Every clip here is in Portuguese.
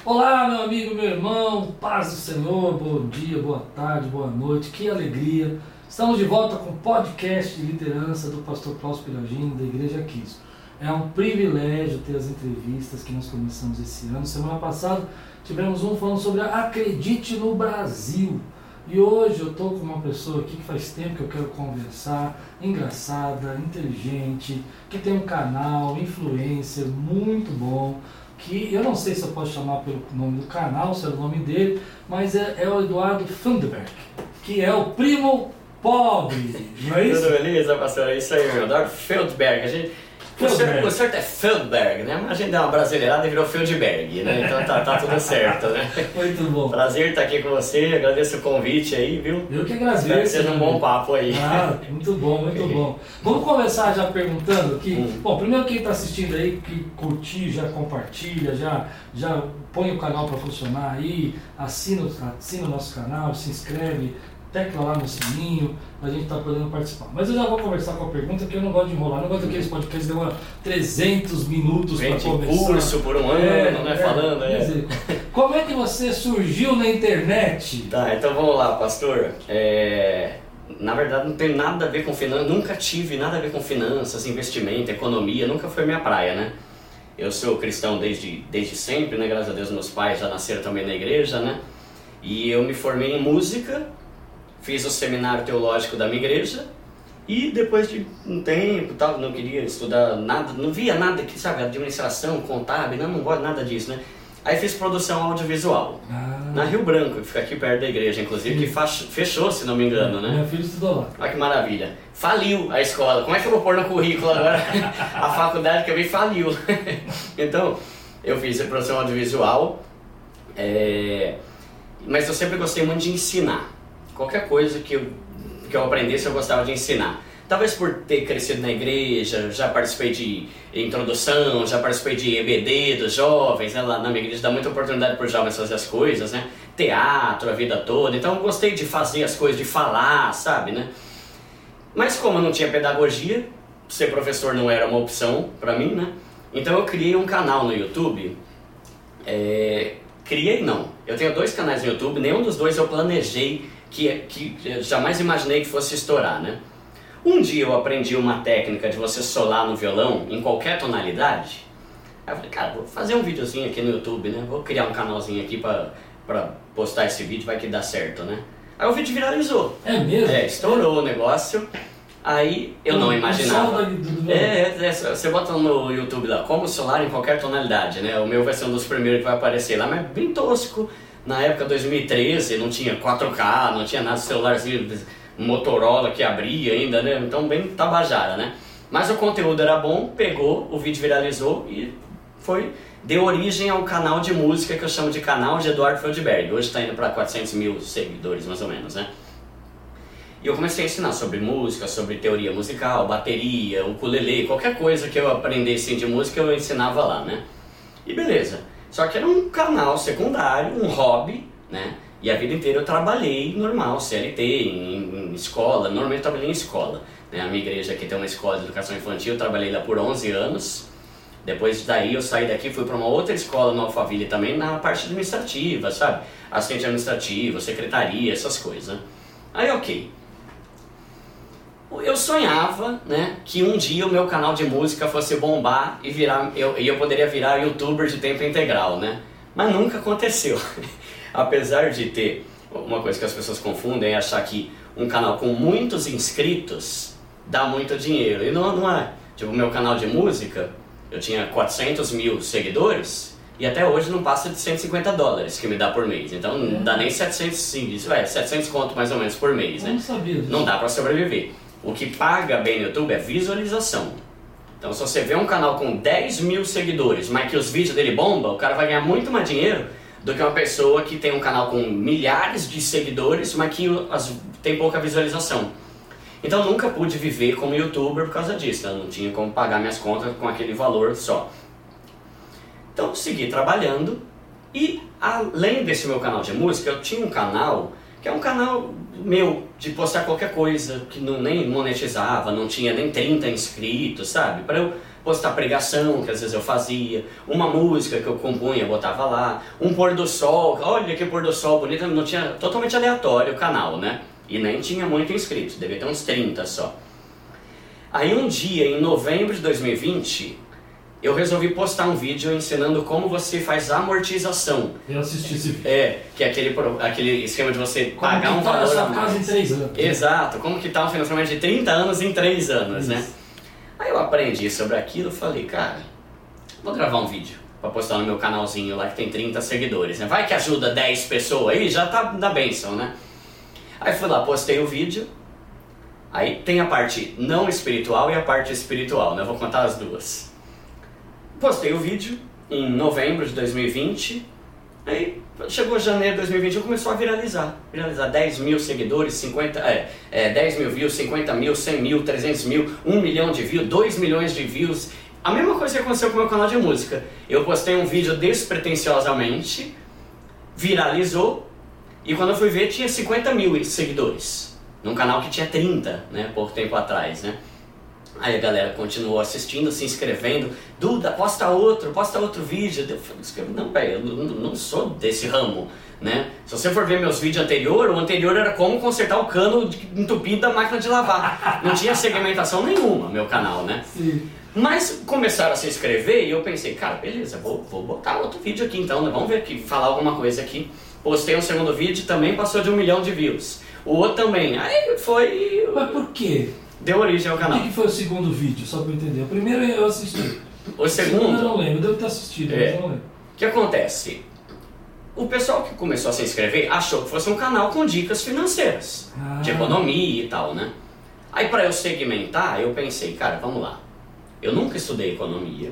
Olá, meu amigo, meu irmão, paz do Senhor, bom dia, boa tarde, boa noite, que alegria. Estamos de volta com o podcast de liderança do pastor Klaus Piragini, da Igreja Cristo. É um privilégio ter as entrevistas que nós começamos esse ano. Semana passada tivemos um falando sobre Acredite no Brasil. E hoje eu estou com uma pessoa aqui que faz tempo que eu quero conversar, engraçada, inteligente, que tem um canal, influencer muito bom, que eu não sei se eu posso chamar pelo nome do canal, se é o nome dele, mas é o Eduardo Feldberg, que é o primo pobre, não é isso? Tudo beleza, pastor? É isso aí, meu. Eduardo Feldberg. O senhor é Feldberg, né? Mas a gente deu uma brasileirada e virou Feldberg, né? Então tá tudo certo, né? Muito bom. Prazer estar aqui com você, agradeço o convite aí, viu? Eu que agradeço. Espero que seja um bom papo aí. Ah, muito bom, muito bom. Vamos começar já perguntando aqui. Bom, primeiro quem está assistindo aí, que curtir, já compartilha, já põe o canal para funcionar aí, assina o nosso canal, se inscreve, tecla lá no sininho, a gente está podendo participar. Mas eu já vou conversar com a pergunta, que eu não gosto de enrolar, não gosto daqueles podcasts que demoram 300 minutos para começar. Curso por um ano, né? Falando, Como é que você surgiu na internet? Tá, então vamos lá, pastor. Na verdade não tem nada a ver com finanças, nunca tive nada a ver com finanças, investimento, economia, nunca foi minha praia, né? Eu sou cristão desde sempre, né? Graças a Deus meus pais já nasceram também na igreja, né? E eu me formei em música, fiz o seminário teológico da minha igreja e depois de um tempo, tal, não queria estudar nada, não via nada que, sabe, administração, contábil, não gosto nada disso, né? Aí fiz produção audiovisual, na Rio Branco, que fica aqui perto da igreja, inclusive, que fechou, se não me engano, né? Meu filho estudou lá. Olha que maravilha. Faliu a escola. Como é que eu vou pôr no currículo agora? A faculdade que eu vi faliu. Então, eu fiz a produção audiovisual, mas eu sempre gostei muito de ensinar. Qualquer coisa que eu aprendesse, eu gostava de ensinar. Talvez por ter crescido na igreja, já participei de introdução, já participei de EBD dos jovens, né? Lá na minha igreja dá muita oportunidade para os jovens fazer as coisas, né? Teatro a vida toda, então eu gostei de fazer as coisas, de falar, sabe, né? Mas como eu não tinha pedagogia, ser professor não era uma opção para mim, né? Então eu criei um canal no YouTube. Criei não, eu tenho 2 canais no YouTube, nenhum dos 2 eu planejei que eu jamais imaginei que fosse estourar, né? Um dia eu aprendi uma técnica de você solar no violão em qualquer tonalidade. Aí eu falei, cara, vou fazer um videozinho aqui no YouTube, né? Vou criar um canalzinho aqui pra postar esse vídeo, vai que dá certo, né? Aí o vídeo viralizou. É mesmo? Estourou o negócio. Aí eu não imaginava. Você bota no YouTube lá, como solar em qualquer tonalidade, né? O meu vai ser um dos primeiros que vai aparecer lá, mas bem tosco. Na época 2013 não tinha 4K, não tinha nada, celularzinho Motorola que abria ainda, né? Então bem tabajara, né? Mas o conteúdo era bom, pegou, o vídeo viralizou e deu origem ao canal de música que eu chamo de canal de Eduardo Feldberg. Hoje está indo para 400 mil seguidores mais ou menos, né? E eu comecei a ensinar sobre música, sobre teoria musical, bateria, ukulele, qualquer coisa que eu aprendesse de música eu ensinava lá, né? E beleza. Só que era um canal secundário, um hobby, né? E a vida inteira eu trabalhei normal, CLT, em escola, normalmente eu trabalhei em escola, né? A minha igreja aqui tem uma escola de educação infantil, eu trabalhei lá por 11 anos. Depois daí eu saí daqui, fui para uma outra escola no Alphaville também, na parte administrativa, sabe? Assistente administrativo, secretaria, essas coisas, né? Aí ok. Eu sonhava, né, que um dia o meu canal de música fosse bombar e eu poderia virar youtuber de tempo integral, né? Mas nunca aconteceu. Apesar de ter uma coisa que as pessoas confundem, é achar que um canal com muitos inscritos dá muito dinheiro. E não é. Tipo, o meu canal de música, eu tinha 400 mil seguidores e até hoje não passa de $150 que me dá por mês. Então não dá nem 700 conto mais ou menos por mês, né? Não sabia disso. Não dá pra sobreviver. O que paga bem no YouTube é visualização. Então se você vê um canal com 10 mil seguidores, mas que os vídeos dele bombam, o cara vai ganhar muito mais dinheiro do que uma pessoa que tem um canal com milhares de seguidores, mas que tem pouca visualização. Então nunca pude viver como youtuber por causa disso, eu não tinha como pagar minhas contas com aquele valor só. Então segui trabalhando e além desse meu canal de música, eu tinha um canal que é um canal meu de postar qualquer coisa, que nem monetizava, não tinha nem 30 inscritos, sabe? Para eu postar pregação, que às vezes eu fazia, uma música que eu compunha, botava lá, um pôr do sol, olha que pôr do sol bonito, não tinha, totalmente aleatório o canal, né? E nem tinha muito inscritos, devia ter uns 30 só. Aí um dia, em novembro de 2020, eu resolvi postar um vídeo ensinando como você faz amortização. Eu assisti esse vídeo. Que é aquele esquema de você como pagar um valor a a mais. casa em 3 anos. Exato, como que tá um financiamento de 30 anos em 3 anos, né? Aí eu aprendi sobre aquilo e falei, cara, vou gravar um vídeo pra postar no meu canalzinho lá que tem 30 seguidores, né? Vai que ajuda 10 pessoas aí, já tá da bênção, né? Aí fui lá, postei o vídeo. Aí tem a parte não espiritual e a parte espiritual, né? Eu vou contar as duas. Postei o vídeo em novembro de 2020. Aí chegou janeiro de 2021 e começou a viralizar. 10 mil seguidores, 10 mil views, 50 mil, 100 mil, 300 mil, 1 milhão de views, 2 milhões de views. A mesma coisa que aconteceu com o meu canal de música. Eu postei um vídeo despretensiosamente, viralizou, e quando eu fui ver tinha 50 mil seguidores. Num canal que tinha 30, né, pouco tempo atrás, né. Aí a galera continuou assistindo, se inscrevendo. Duda, posta outro vídeo. Eu falei, não, velho, eu não sou desse ramo, né? Se você for ver meus vídeos anteriores, o anterior era como consertar o cano entupido da máquina de lavar. Não tinha segmentação nenhuma, meu canal, né? Sim. Mas começaram a se inscrever e eu pensei, cara, beleza, vou botar outro vídeo aqui então, né? Vamos ver aqui, falar alguma coisa aqui. Postei um segundo vídeo, também passou de 1 milhão de views. O outro também. Aí foi... Mas por quê? Deu origem ao canal. O que foi o segundo vídeo, só pra eu entender? O primeiro eu assisti. O segundo... Eu não lembro, eu devo ter assistido, mas eu não lembro. O que acontece? O pessoal que começou a se inscrever achou que fosse um canal com dicas financeiras, de economia e tal, né? Aí pra eu segmentar, eu pensei, cara, vamos lá. Eu nunca estudei economia,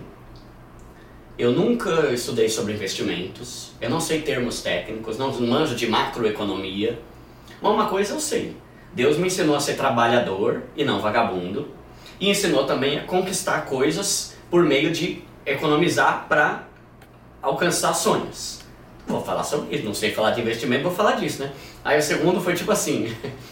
eu nunca estudei sobre investimentos, eu não sei termos técnicos, não manjo de macroeconomia, mas uma coisa eu sei. Deus me ensinou a ser trabalhador e não vagabundo, e ensinou também a conquistar coisas por meio de economizar para alcançar sonhos. Vou falar sobre isso, não sei falar de investimento, vou falar disso, né? Aí o segundo foi tipo assim,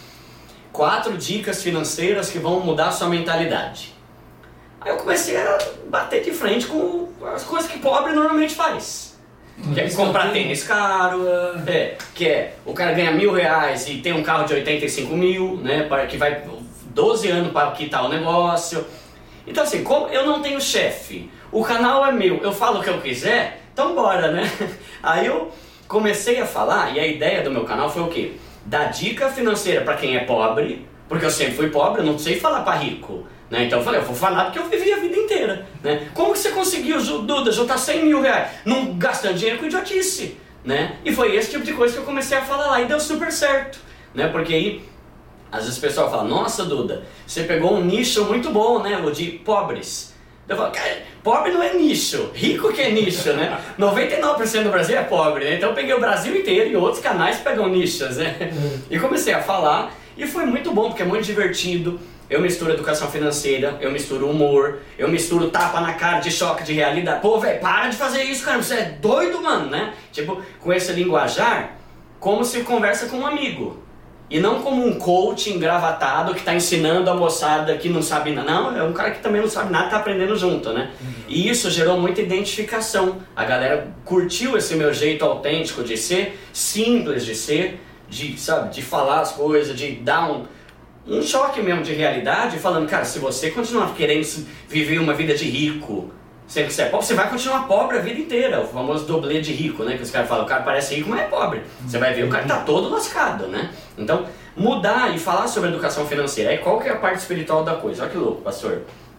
4 dicas financeiras que vão mudar a sua mentalidade. Aí eu comecei a bater de frente com as coisas que pobre normalmente faz. Que é comprar tênis caro, que é o cara ganha R$1.000 e tem um carro de 85 mil, né, que vai 12 anos para quitar o negócio. Então assim, como eu não tenho chefe, o canal é meu, eu falo o que eu quiser, então bora, né? Aí eu comecei a falar e a ideia do meu canal foi o quê? Dar dica financeira para quem é pobre, porque eu sempre fui pobre, eu não sei falar para rico. Né? Então eu falei, eu vou falar porque eu vivi a vida inteira. Né? Como que você conseguiu, Duda, juntar R$100 mil, não gastando dinheiro com idiotice? Né? E foi esse tipo de coisa que eu comecei a falar lá e deu super certo. Né? Porque aí, às vezes o pessoal fala, nossa Duda, você pegou um nicho muito bom, né? O de pobres. Eu falo, cara, pobre não é nicho, rico que é nicho, né? 99% do Brasil é pobre, né? Então eu peguei o Brasil inteiro e outros canais pegam nichos, né? E comecei a falar e foi muito bom, porque é muito divertido. Eu misturo educação financeira, eu misturo humor, eu misturo tapa na cara de choque de realidade. Pô, velho, para de fazer isso, cara, você é doido, mano, né? Tipo, com esse linguajar, como se conversa com um amigo. E não como um coach engravatado que tá ensinando a moçada que não sabe nada. Não, é um cara que também não sabe nada, tá aprendendo junto, né? E isso gerou muita identificação. A galera curtiu esse meu jeito autêntico de ser, simples de ser, de, sabe, de falar as coisas, de dar um choque mesmo de realidade, falando, cara, se você continuar querendo viver uma vida de rico, sendo que você é pobre, você vai continuar pobre a vida inteira, o famoso dublê de rico, né, que os caras falam, o cara parece rico, mas é pobre. Você vai ver, o cara tá todo lascado, né? Então, mudar e falar sobre educação financeira, aí qual que é a parte espiritual da coisa? Olha que louco, pastor.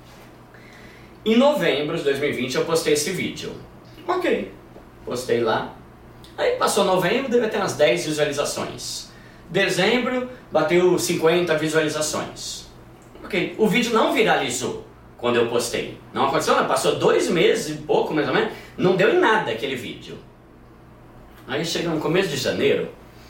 Em novembro de 2020 eu postei esse vídeo. Ok, postei lá. Aí passou novembro, deve ter umas 10 visualizações. Dezembro, bateu 50 visualizações. Ok, o vídeo não viralizou quando eu postei. Não aconteceu nada, passou 2 meses e pouco mais ou menos, não deu em nada aquele vídeo. Aí chega no começo de janeiro,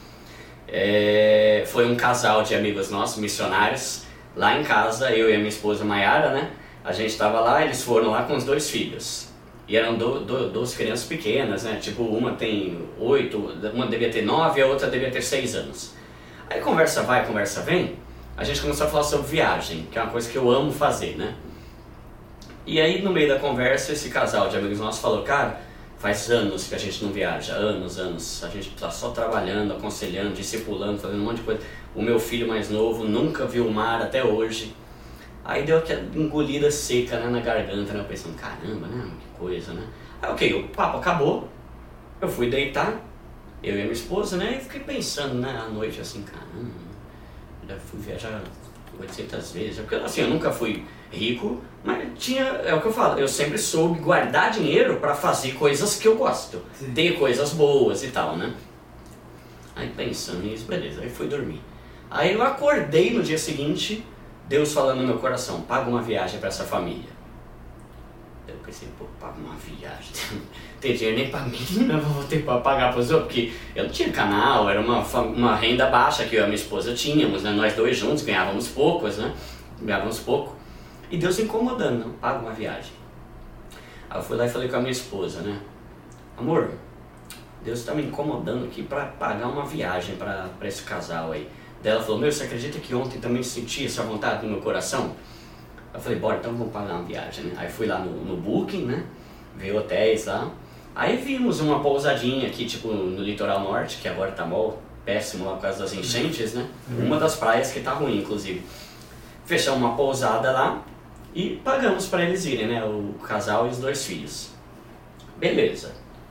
foi um casal de amigos nossos, missionários, lá em casa, eu e a minha esposa Maiara, né? A gente estava lá, eles foram lá com os 2 filhos. E eram 2 crianças pequenas, né? Tipo, uma tem 8, uma devia ter 9 e a outra devia ter 6 anos. Aí conversa vai, conversa vem, a gente começou a falar sobre viagem, que é uma coisa que eu amo fazer, né? E aí, no meio da conversa, esse casal de amigos nossos falou, cara, faz anos que a gente não viaja, anos, a gente tá só trabalhando, aconselhando, discipulando, fazendo um monte de coisa. O meu filho mais novo nunca viu o mar até hoje. Aí deu aquela engolida seca, né, na garganta, né, eu pensando, caramba, né, que coisa, né. Aí ok, o papo acabou, eu fui deitar, eu e a minha esposa, né, e fiquei pensando, né, à noite assim, caramba, já fui viajar 800 vezes, porque assim, eu nunca fui rico, mas tinha, é o que eu falo, eu sempre soube guardar dinheiro para fazer coisas que eu gosto, sim, ter coisas boas e tal, né. Aí pensando nisso, beleza, aí fui dormir. Aí eu acordei no dia seguinte, Deus falando no meu coração, paga uma viagem para essa família. Eu pensei, pô, paga uma viagem, não tem dinheiro nem para mim, não vou ter para pagar para os outros, porque eu não tinha canal, era uma renda baixa que eu e a minha esposa tínhamos, né? Nós dois juntos ganhávamos poucos, né? Ganhávamos pouco. E Deus incomodando, não, paga uma viagem. Aí eu fui lá e falei com a minha esposa, né? Amor, Deus está me incomodando aqui para pagar uma viagem para esse casal aí. Daí ela falou, meu, você acredita que ontem também senti essa vontade no meu coração? Eu falei, bora, então vamos pagar uma viagem, né? Aí fui lá no Booking, né? Vi hotéis lá. Aí vimos uma pousadinha aqui, tipo, no litoral norte, que agora tá mal péssimo lá por causa das enchentes, né? Uma das praias que tá ruim, inclusive. Fechamos uma pousada lá e pagamos para eles irem, né? O casal e os 2 filhos. Beleza.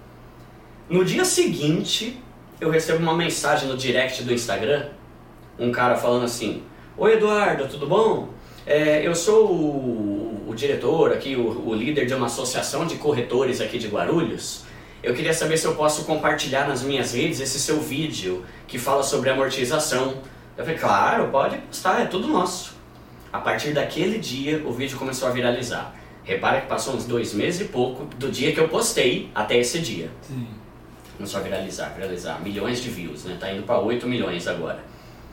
No dia seguinte, eu recebo uma mensagem no direct do Instagram, um cara falando assim, oi Eduardo, tudo bom? Eu sou o diretor aqui, o líder de uma associação de corretores aqui de Guarulhos. Eu queria saber se eu posso compartilhar nas minhas redes esse seu vídeo que fala sobre amortização. Eu falei, claro, pode postar, é tudo nosso. A partir daquele dia, o vídeo começou a viralizar. Repara que passou uns 2 meses e pouco do dia que eu postei até esse dia. Sim. Começou a viralizar, milhões de views, né? Tá indo para 8 milhões agora.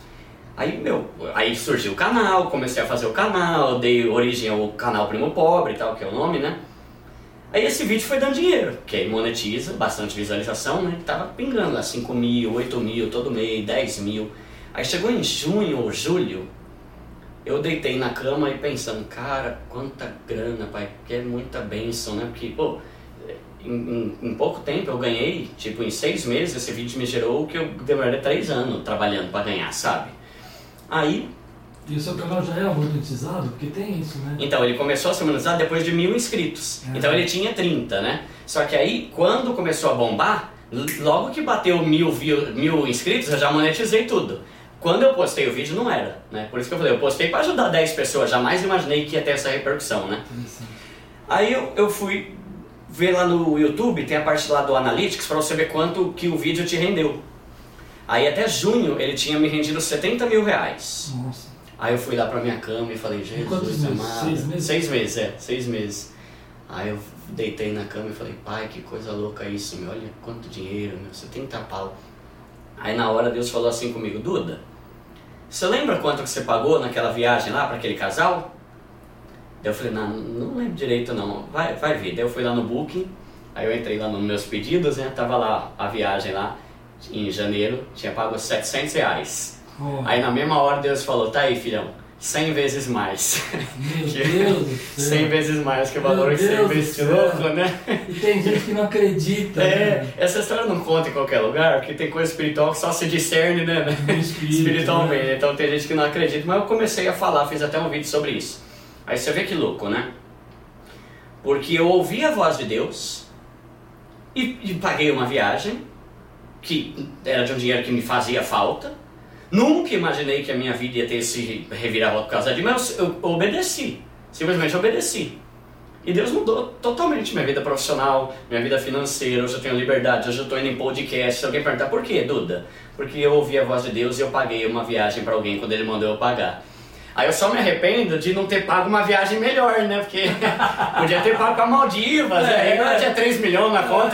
Aí surgiu o canal, comecei a fazer o canal, dei origem ao canal Primo Pobre e tal, que é o nome, né? Aí esse vídeo foi dando dinheiro, que aí monetiza, bastante visualização, né? Tava pingando lá 5 mil, 8 mil todo mês, 10 mil. Aí chegou em junho ou julho, eu deitei na cama e pensando, cara, quanta grana, pai, que é muita bênção, né? Porque, pô, em pouco tempo eu ganhei, tipo, em 6 meses esse vídeo me gerou o que eu demorei 3 anos trabalhando pra ganhar, sabe? Aí... E o seu canal já é monetizado? Porque tem isso, né? Então, ele começou a ser monetizado depois de 1000 inscritos. Então ele tinha 30, né? Só que aí, quando começou a bombar, logo que bateu 1000 inscritos, eu já monetizei tudo. Quando eu postei o vídeo, não era, né? Por isso que eu falei, eu postei para ajudar 10 pessoas, jamais imaginei que ia ter essa repercussão, né? Aí eu fui ver lá no YouTube, tem a parte lá do Analytics, para você ver quanto que o vídeo te rendeu. Aí até junho ele tinha me rendido 70 mil reais. Nossa. Aí eu fui lá pra minha cama e falei, Jesus amado. 6 meses? 6 meses, 6 meses. Aí eu deitei na cama e falei, pai, que coisa louca isso, meu, olha quanto dinheiro, meu, 70 pau. Aí na hora Deus falou assim comigo, Duda, você lembra quanto que você pagou naquela viagem lá pra aquele casal? Daí eu falei, não lembro direito não, vai ver. Daí eu fui lá no Booking, aí eu entrei lá nos meus pedidos, né, tava lá a viagem lá. Em janeiro, tinha pago 700 reais. Oh. Aí na mesma hora Deus falou, tá aí filhão, 100 vezes mais. Meu Deus do céu. 100 vezes mais que o valor que você investiu, louco, né? E tem gente que não acredita. Né? Essa história não conta em qualquer lugar, porque tem coisa espiritual que só se discerne, né? Espiritualmente, né? Então tem gente que não acredita, mas eu comecei a falar, fiz até um vídeo sobre isso. Aí você vê que louco, né? Porque eu ouvi a voz de Deus e paguei uma viagem, que era de um dinheiro que me fazia falta. Nunca imaginei que a minha vida ia ter esse reviravolta por causa disso, mas eu obedeci, simplesmente obedeci. E Deus mudou totalmente minha vida profissional, minha vida financeira, hoje eu tenho liberdade, hoje eu estou indo em podcast. Se alguém perguntar por quê, Duda? Porque eu ouvi a voz de Deus e eu paguei uma viagem para alguém quando Ele mandou eu pagar. Aí eu só me arrependo de não ter pago uma viagem melhor, né? Porque podia ter pago para Maldivas, aí eu tinha 3 milhões na conta.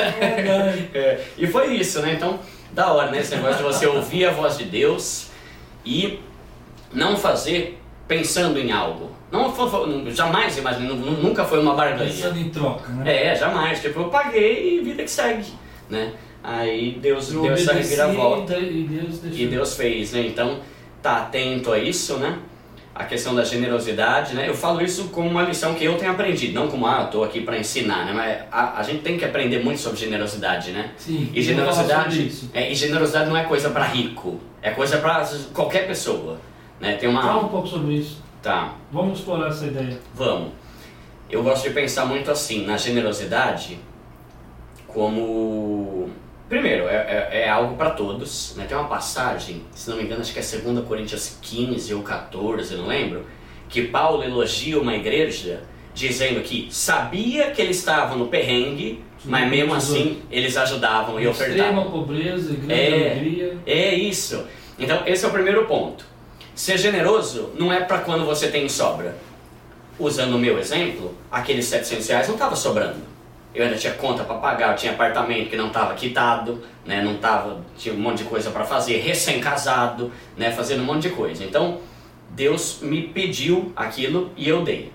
E foi isso, né? Então, da hora, né? Esse negócio de você ouvir a voz de Deus e não fazer pensando em algo. Jamais imagine, nunca foi uma barganha. Pensando em troca, né? Jamais. Tipo, eu paguei e vida que segue, né? Aí Deus deu essa reviravolta e Deus fez, né? Então, tá atento a isso, né? a questão da generosidade, né? Eu falo isso como uma lição que eu tenho aprendido, não como, eu tô aqui para ensinar, né? Mas a gente tem que aprender muito sobre generosidade, né? Sim, e generosidade não é coisa para rico, é coisa para qualquer pessoa, né? Fala um pouco sobre isso. Tá. Vamos explorar essa ideia. Vamos. Eu gosto de pensar muito assim, na generosidade como... Primeiro, é algo para todos, né? Tem uma passagem, se não me engano, acho que é 2 Coríntios 15 ou 14, não lembro, que Paulo elogia uma igreja dizendo que sabia que eles estavam no perrengue, mas mesmo assim eles ajudavam e ofertavam. Extrema pobreza, grande alegria. É isso. Então, esse é o primeiro ponto. Ser generoso não é para quando você tem sobra. Usando o meu exemplo, aqueles R$700 não estava sobrando. Eu ainda tinha conta para pagar, eu tinha apartamento que não estava quitado, né? Tinha um monte de coisa para fazer, recém-casado, né? Fazendo um monte de coisa. Então, Deus me pediu aquilo e eu dei.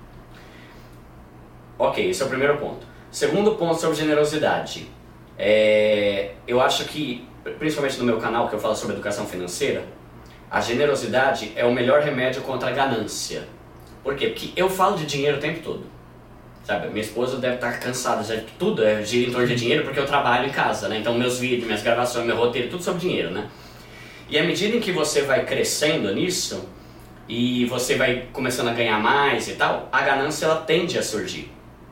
Ok, esse é o primeiro ponto. Segundo ponto sobre generosidade. Eu acho que, principalmente no meu canal que eu falo sobre educação financeira, a generosidade é o melhor remédio contra a ganância. Por quê? Porque eu falo de dinheiro o tempo todo. Sabe, minha esposa deve estar cansada, já de tudo gira em torno de dinheiro porque eu trabalho em casa, né? Então meus vídeos, minhas gravações, meu roteiro, tudo sobre dinheiro, né? E à medida em que você vai crescendo nisso e você vai começando a ganhar mais e tal, a ganância ela tende a surgir.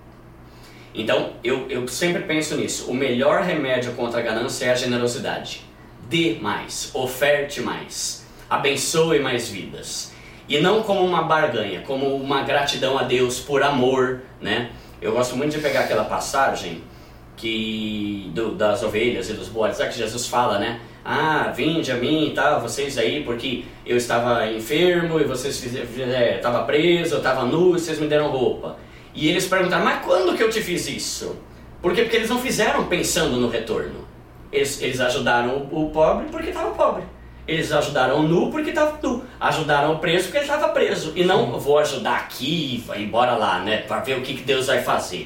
Então eu sempre penso nisso, o melhor remédio contra a ganância é a generosidade. Dê mais, oferte mais, abençoe mais vidas. E não como uma barganha, como uma gratidão a Deus por amor, né? Eu gosto muito de pegar aquela passagem das ovelhas e dos bodes, que Jesus fala, né? Vinde a mim e tal, vocês aí, porque eu estava enfermo e vocês estava preso, eu estava nu e vocês me deram roupa. E eles perguntaram, mas quando que eu te fiz isso? Por quê? Porque eles não fizeram pensando no retorno. Eles ajudaram o pobre porque estava pobre. Eles ajudaram o nu porque estava nu. Ajudaram o preso porque ele estava preso. E não vou ajudar aqui e bora lá, né? Para ver o que Deus vai fazer.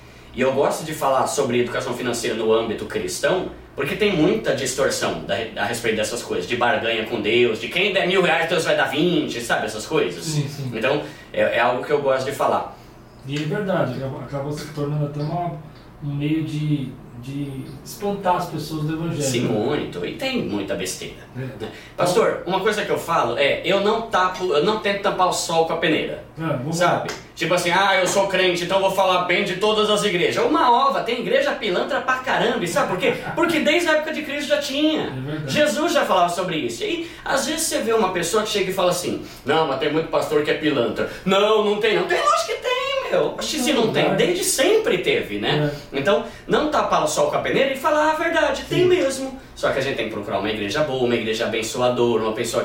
E eu gosto de falar sobre educação financeira no âmbito cristão, porque tem muita distorção a respeito dessas coisas. De barganha com Deus, de quem der R$1.000 Deus vai dar 20, sabe? Essas coisas. Sim. Então, é algo que eu gosto de falar. E é verdade, acaba se tornando até um meio de espantar as pessoas do evangelho. Sim, muito. E tem muita besteira. Né? Pastor, uma coisa que eu falo eu não tento tampar o sol com a peneira. Sabe? Tipo assim, eu sou crente, então eu vou falar bem de todas as igrejas. Uma ova, tem igreja pilantra pra caramba. E sabe por quê? Porque desde a época de Cristo já tinha. Jesus já falava sobre isso. E às vezes você vê uma pessoa que chega e fala assim, não, mas tem muito pastor que é pilantra. Não tem não. Tem, lógico que tem. Se não tem, desde sempre teve, né? Então, não tapar o sol com a peneira e falar a verdade, tem mesmo. Só que a gente tem que procurar uma igreja boa, uma igreja abençoadora,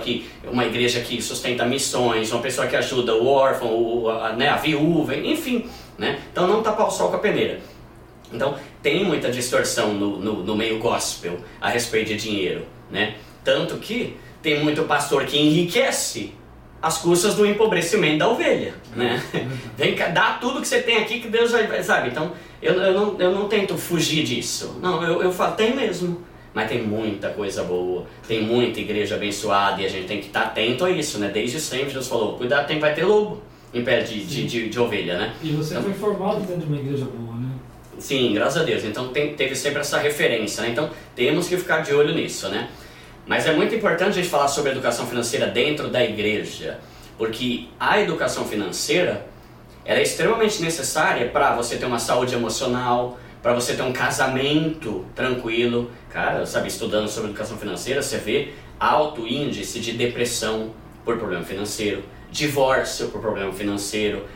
uma igreja que sustenta missões, uma pessoa que ajuda o órfão, a viúva, enfim, né? Então, não tapar o sol com a peneira. Então, tem muita distorção no meio gospel a respeito de dinheiro, né? Tanto que tem muito pastor que enriquece as custas do empobrecimento da ovelha, né? Vem cá, dá tudo que você tem aqui que Deus vai, sabe? Então, eu não tento fugir disso. Não, eu falo, tem mesmo. Mas tem muita coisa boa, tem muita igreja abençoada e a gente tem que estar atento a isso, né? Desde sempre Deus falou, cuidado, vai ter lobo em pé de ovelha, né? E você foi formado dentro de uma igreja boa, né? Sim, graças a Deus. Então teve sempre essa referência, né? Então temos que ficar de olho nisso, né? Mas é muito importante a gente falar sobre educação financeira dentro da igreja, porque a educação financeira ela é extremamente necessária para você ter uma saúde emocional, para você ter um casamento tranquilo. Cara, sabe, estudando sobre educação financeira, você vê alto índice de depressão por problema financeiro, divórcio por problema financeiro,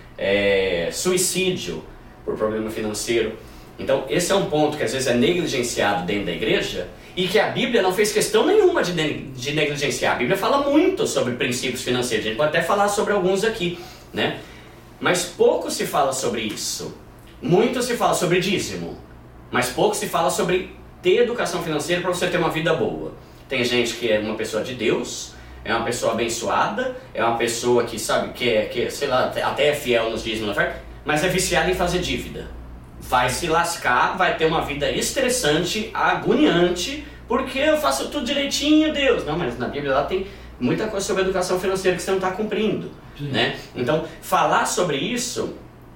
suicídio por problema financeiro. Então, esse é um ponto que às vezes é negligenciado dentro da igreja e que a Bíblia não fez questão nenhuma de negligenciar. A Bíblia fala muito sobre princípios financeiros, a gente pode até falar sobre alguns aqui, né? Mas pouco se fala sobre isso. Muito se fala sobre dízimo, mas pouco se fala sobre ter educação financeira para você ter uma vida boa. Tem gente que é uma pessoa de Deus, é uma pessoa abençoada, é uma pessoa que sabe que sei lá, até é fiel nos dízimos, mas é viciada em fazer dívida. Vai se lascar, vai ter uma vida estressante, agoniante, porque eu faço tudo direitinho, Deus. Não, mas na Bíblia lá tem muita coisa sobre educação financeira que você não está cumprindo, né? Então, falar sobre isso,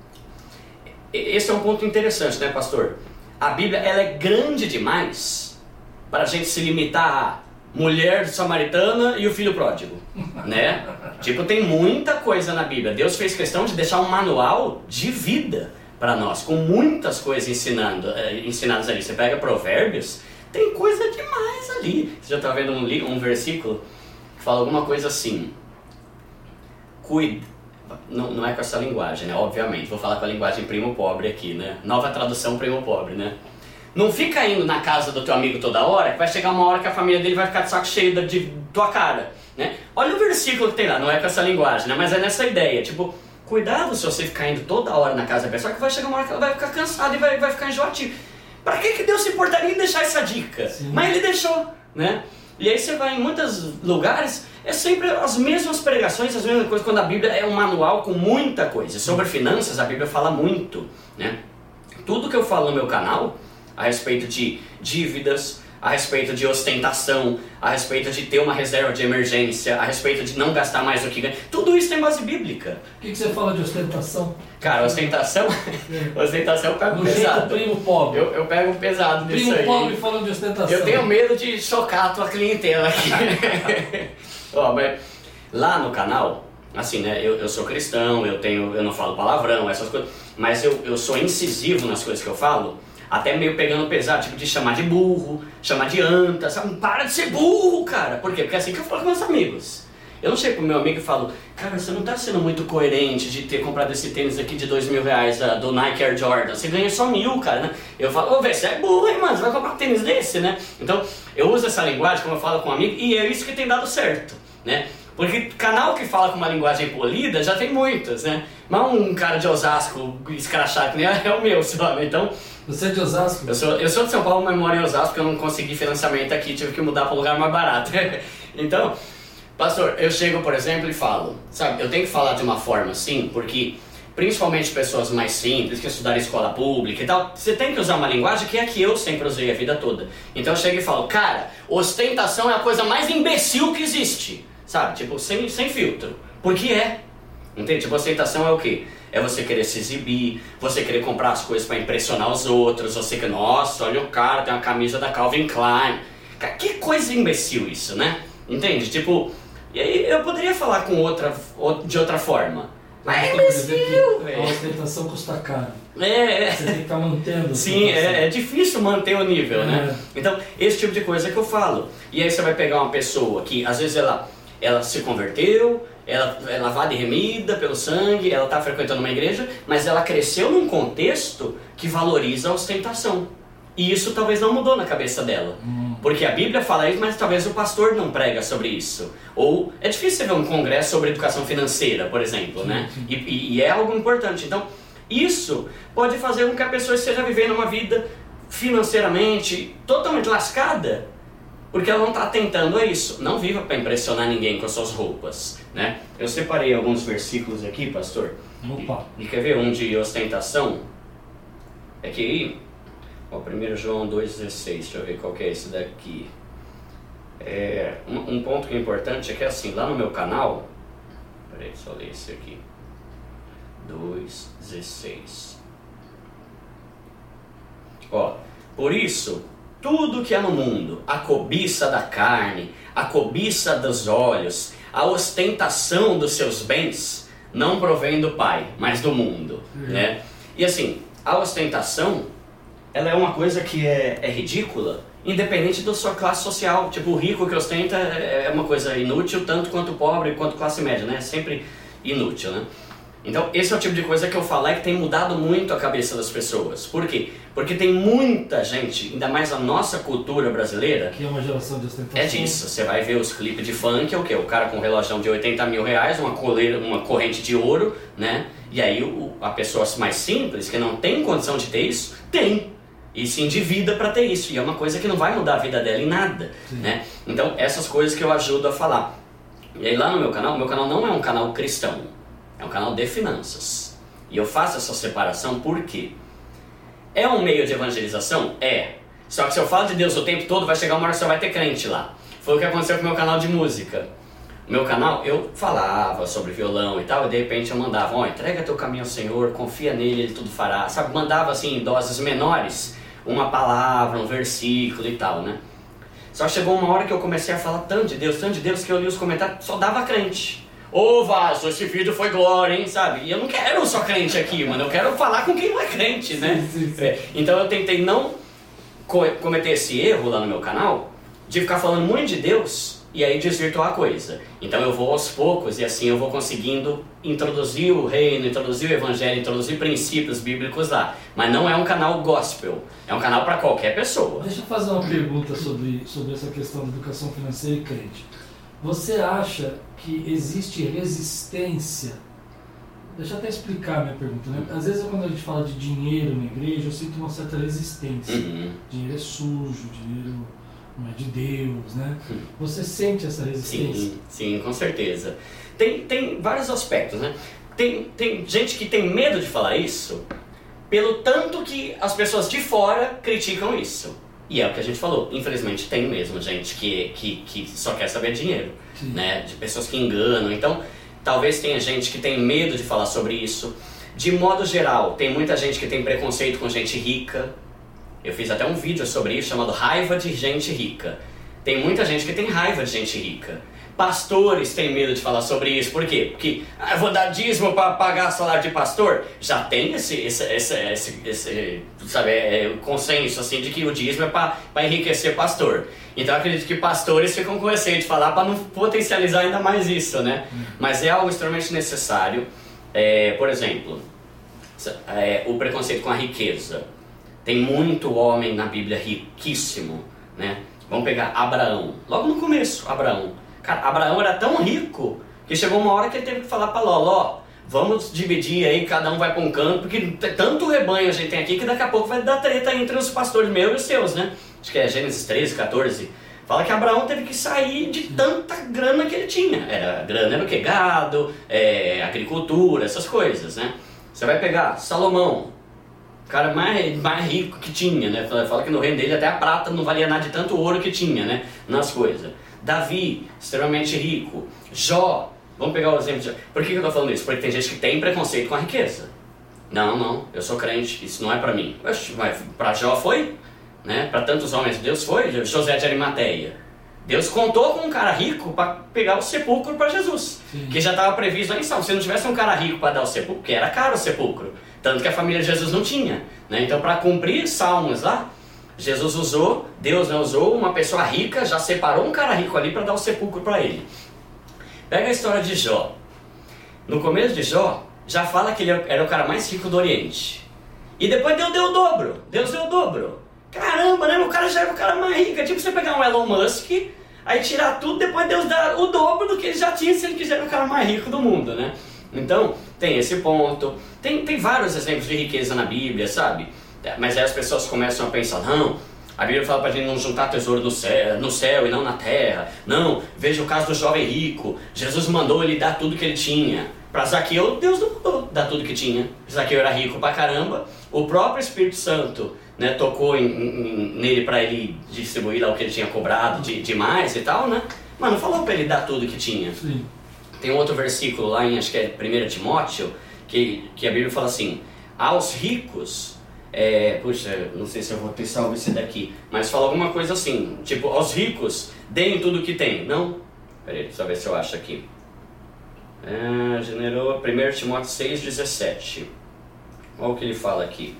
esse é um ponto interessante, né, pastor? A Bíblia, ela é grande demais para a gente se limitar a mulher samaritana e o filho pródigo, né? Tipo, tem muita coisa na Bíblia. Deus fez questão de deixar um manual de vida para nós, com muitas coisas ensinadas ali. Você pega Provérbios, tem coisa demais ali. Você já está vendo um versículo que fala alguma coisa assim: cuide. Não é com essa linguagem, né? Obviamente, vou falar com a linguagem primo pobre aqui, né? Nova tradução primo pobre, né? Não fica indo na casa do teu amigo toda hora, que vai chegar uma hora que a família dele vai ficar de saco cheio de tua cara, né? Olha o versículo que tem lá, não é com essa linguagem, né? Mas é nessa ideia, tipo, cuidado se você ficar indo toda hora na casa da pessoa, que vai chegar uma hora que ela vai ficar cansada e vai ficar enjoativa. Pra que Deus se importaria em deixar essa dica? Sim. Mas Ele deixou, né? E aí você vai em muitos lugares, é sempre as mesmas pregações, as mesmas coisas, quando a Bíblia é um manual com muita coisa. Sobre finanças, a Bíblia fala muito, né? Tudo que eu falo no meu canal, a respeito de dívidas, a respeito de ostentação, a respeito de ter uma reserva de emergência, a respeito de não gastar mais do que ganha, tudo isso tem base bíblica. O que você fala de ostentação? Cara, ostentação eu pego no pesado. Primo pobre. Eu pego pesado nisso aí. Primo pobre falando de ostentação. Eu tenho medo de chocar a tua clientela aqui. Ó, mas lá no canal, assim, né, eu sou cristão, eu não falo palavrão, essas coisas, mas eu sou incisivo nas coisas que eu falo, até meio pegando pesado, tipo de chamar de burro, chamar de anta, sabe? Para de ser burro, cara! Por quê? Porque é assim que eu falo com meus amigos. Eu não chego pro meu amigo e falo, cara, você não tá sendo muito coerente de ter comprado esse tênis aqui de R$2.000 do Nike Air Jordan, você ganha só 1.000, cara, né? Eu falo, ô, velho, você é burro, hein, mano? Você vai comprar um tênis desse, né? Então, eu uso essa linguagem, como eu falo com um amigo, e é isso que tem dado certo, né? Porque canal que fala com uma linguagem polida já tem muitos, né? Mas um cara de Osasco escrachado que nem é o meu, sabe? Então... Você é de Osasco? Eu sou de São Paulo, mas moro em Osasco porque eu não consegui financiamento aqui, tive que mudar para um lugar mais barato. Então, pastor, eu chego, por exemplo, e falo, sabe? Eu tenho que falar de uma forma assim, porque principalmente pessoas mais simples, que estudaram em escola pública e tal, você tem que usar uma linguagem que é a que eu sempre usei a vida toda. Então eu chego e falo, cara, ostentação é a coisa mais imbecil que existe. Sabe, tipo, sem filtro. Porque é. Entende? Tipo, ostentação é o quê? É você querer se exibir, você querer comprar as coisas para impressionar os outros, você que, nossa, olha o cara, tem uma camisa da Calvin Klein. Cara, que coisa imbecil isso, né? Entende? Tipo, e aí eu poderia falar de outra forma. Mas é imbecil, velho. A ostentação custa caro. É. Você tem que ficar mantendo. Sim, é difícil manter o nível, né? Então, esse tipo de coisa que eu falo. E aí você vai pegar uma pessoa que, às vezes, ela se converteu, ela é lavada e remida pelo sangue, ela está frequentando uma igreja, mas ela cresceu num contexto que valoriza a ostentação. E isso talvez não mudou na cabeça dela. Porque a Bíblia fala isso, mas talvez o pastor não prega sobre isso. Ou é difícil você ver um congresso sobre educação financeira, por exemplo, né? E é algo importante. Então, isso pode fazer com que a pessoa esteja vivendo uma vida financeiramente totalmente lascada, porque ela não está atentando a isso. Não viva para impressionar ninguém com as suas roupas, né? Eu separei alguns versículos aqui, pastor. Opa. E quer ver um de ostentação? É que aí, 1 João 2,16, deixa eu ver qual que é esse daqui. Um ponto que é importante é que assim, lá no meu canal, peraí, só ler esse aqui. 2,16. Ó, por isso, tudo que há no mundo, a cobiça da carne, a cobiça dos olhos, a ostentação dos seus bens, não provém do Pai, mas do mundo, né? E assim, a ostentação, ela é uma coisa que é ridícula, independente da sua classe social. Tipo, o rico que ostenta é uma coisa inútil, tanto quanto o pobre, quanto classe média, né? É sempre inútil, né? Então, esse é o tipo de coisa que eu falo, que tem mudado muito a cabeça das pessoas. Por quê? Porque tem muita gente, ainda mais a nossa cultura brasileira, que é uma geração de ostentação. É disso. Você vai ver os clipes de funk, é o quê? O cara com um relógio de 80 mil reais, uma corrente de ouro, né? E aí a pessoa mais simples, que não tem condição de ter isso, tem. E se endivida para ter isso. E é uma coisa que não vai mudar a vida dela em nada, né? Então, essas coisas que eu ajudo a falar. E aí lá no meu canal não é um canal cristão. É um canal de finanças. E eu faço essa separação porque é um meio de evangelização? É. Só que se eu falo de Deus o tempo todo, vai chegar uma hora que só vai ter crente lá. Foi o que aconteceu com o meu canal de música. meu canal, eu falava sobre violão e tal, e de repente eu mandava, entrega teu caminho ao Senhor, confia nele, ele tudo fará, sabe? Mandava assim, em doses menores, uma palavra, um versículo e tal, né? Só que chegou uma hora que eu comecei a falar tanto de Deus, que eu li os comentários, só dava crente. Ô Vaso, esse vídeo foi glória, hein, sabe? E eu não quero só crente aqui, mano, eu quero falar com quem não é crente, né? Sim. Então eu tentei não cometer esse erro lá no meu canal, de ficar falando muito de Deus e aí desvirtuar a coisa. Então eu vou aos poucos e assim eu vou conseguindo introduzir o reino, introduzir o evangelho, introduzir princípios bíblicos lá. Mas não é um canal gospel, é um canal para qualquer pessoa. Deixa eu fazer uma pergunta sobre essa questão da educação financeira e crente. Você acha que existe resistência? Deixa eu até explicar a minha pergunta, né? Às vezes quando a gente fala de dinheiro na igreja, eu sinto uma certa resistência. Dinheiro é sujo, dinheiro não é de Deus, né? Você sente essa resistência? Sim, com certeza. Tem vários aspectos, né? Tem gente que tem medo de falar isso pelo tanto que as pessoas de fora criticam isso. E é o que a gente falou, infelizmente tem mesmo gente que só quer saber dinheiro, né? De pessoas que enganam. Então, talvez tenha gente que tem medo de falar sobre isso. De modo geral, tem muita gente que tem preconceito com gente rica. Eu fiz até um vídeo sobre isso chamado Raiva de Gente Rica. Tem muita gente que tem raiva de gente rica. Pastores têm medo de falar sobre isso. Por quê? Porque eu vou dar dízimo para pagar salário de pastor. Já tem esse sabe, consenso assim, de que o dízimo é para enriquecer pastor. Então eu acredito que pastores ficam com receio de falar para não potencializar ainda mais isso, né? Mas é algo extremamente necessário. Por exemplo, o preconceito com a riqueza. Tem muito homem na Bíblia riquíssimo, né? Vamos pegar Abraão. Logo no começo, Abraão. Cara, Abraão era tão rico que chegou uma hora que ele teve que falar para Ló, vamos dividir aí, cada um vai para um canto, porque tanto rebanho a gente tem aqui que daqui a pouco vai dar treta entre os pastores meus e os seus, né? Acho que é Gênesis 13, 14. Fala que Abraão teve que sair de tanta grana que ele tinha. Grana era o quê? Gado, agricultura, essas coisas, né? Você vai pegar Salomão. O cara mais rico que tinha, né? Fala que no reino dele até a prata não valia nada de tanto ouro que tinha, né? Nas coisas. Davi, extremamente rico. Jó, vamos pegar o exemplo de Jó. Por que eu tô falando isso? Porque tem gente que tem preconceito com a riqueza. Não, eu sou crente, isso não é pra mim. Mas pra Jó foi, né? Pra tantos homens de Deus foi. José de Arimateia. Deus contou com um cara rico para pegar o sepulcro para Jesus. Sim. Que já estava previsto lá em Salmo. Se não tivesse um cara rico para dar o sepulcro, porque era caro o sepulcro. Tanto que a família de Jesus não tinha, né? Então, para cumprir Salmos lá, Deus usou uma pessoa rica, já separou um cara rico ali para dar o sepulcro para ele. Pega a história de Jó. No começo de Jó, já fala que ele era o cara mais rico do Oriente. E depois Deus deu o dobro. Caramba, né? O cara já era o cara mais rico. É tipo você pegar um Elon Musk, aí tirar tudo, depois Deus dá o dobro do que ele já tinha se ele quiser o cara mais rico do mundo, né? Então, tem esse ponto. Tem vários exemplos de riqueza na Bíblia, sabe? Mas aí as pessoas começam a pensar, não, a Bíblia fala pra gente não juntar tesouro no céu e não na terra. Não, veja o caso do jovem rico. Jesus mandou ele dar tudo que ele tinha. Para Zaqueu, Deus não mandou dar tudo que tinha. Zaqueu era rico pra caramba. O próprio Espírito Santo, né, tocou nele para ele distribuir lá o que ele tinha cobrado de mais e tal, né? Mas não falou para ele dar tudo que tinha. Sim. Tem um outro versículo lá em, acho que é 1 Timóteo, que a Bíblia fala assim, aos ricos, puxa, não sei se eu vou ter salvo esse daqui, mas fala alguma coisa assim, tipo, aos ricos, deem tudo o que tem. Não? Peraí, deixa eu ver se eu acho aqui. Generou 1 Timóteo 6,17. Olha o que ele fala aqui.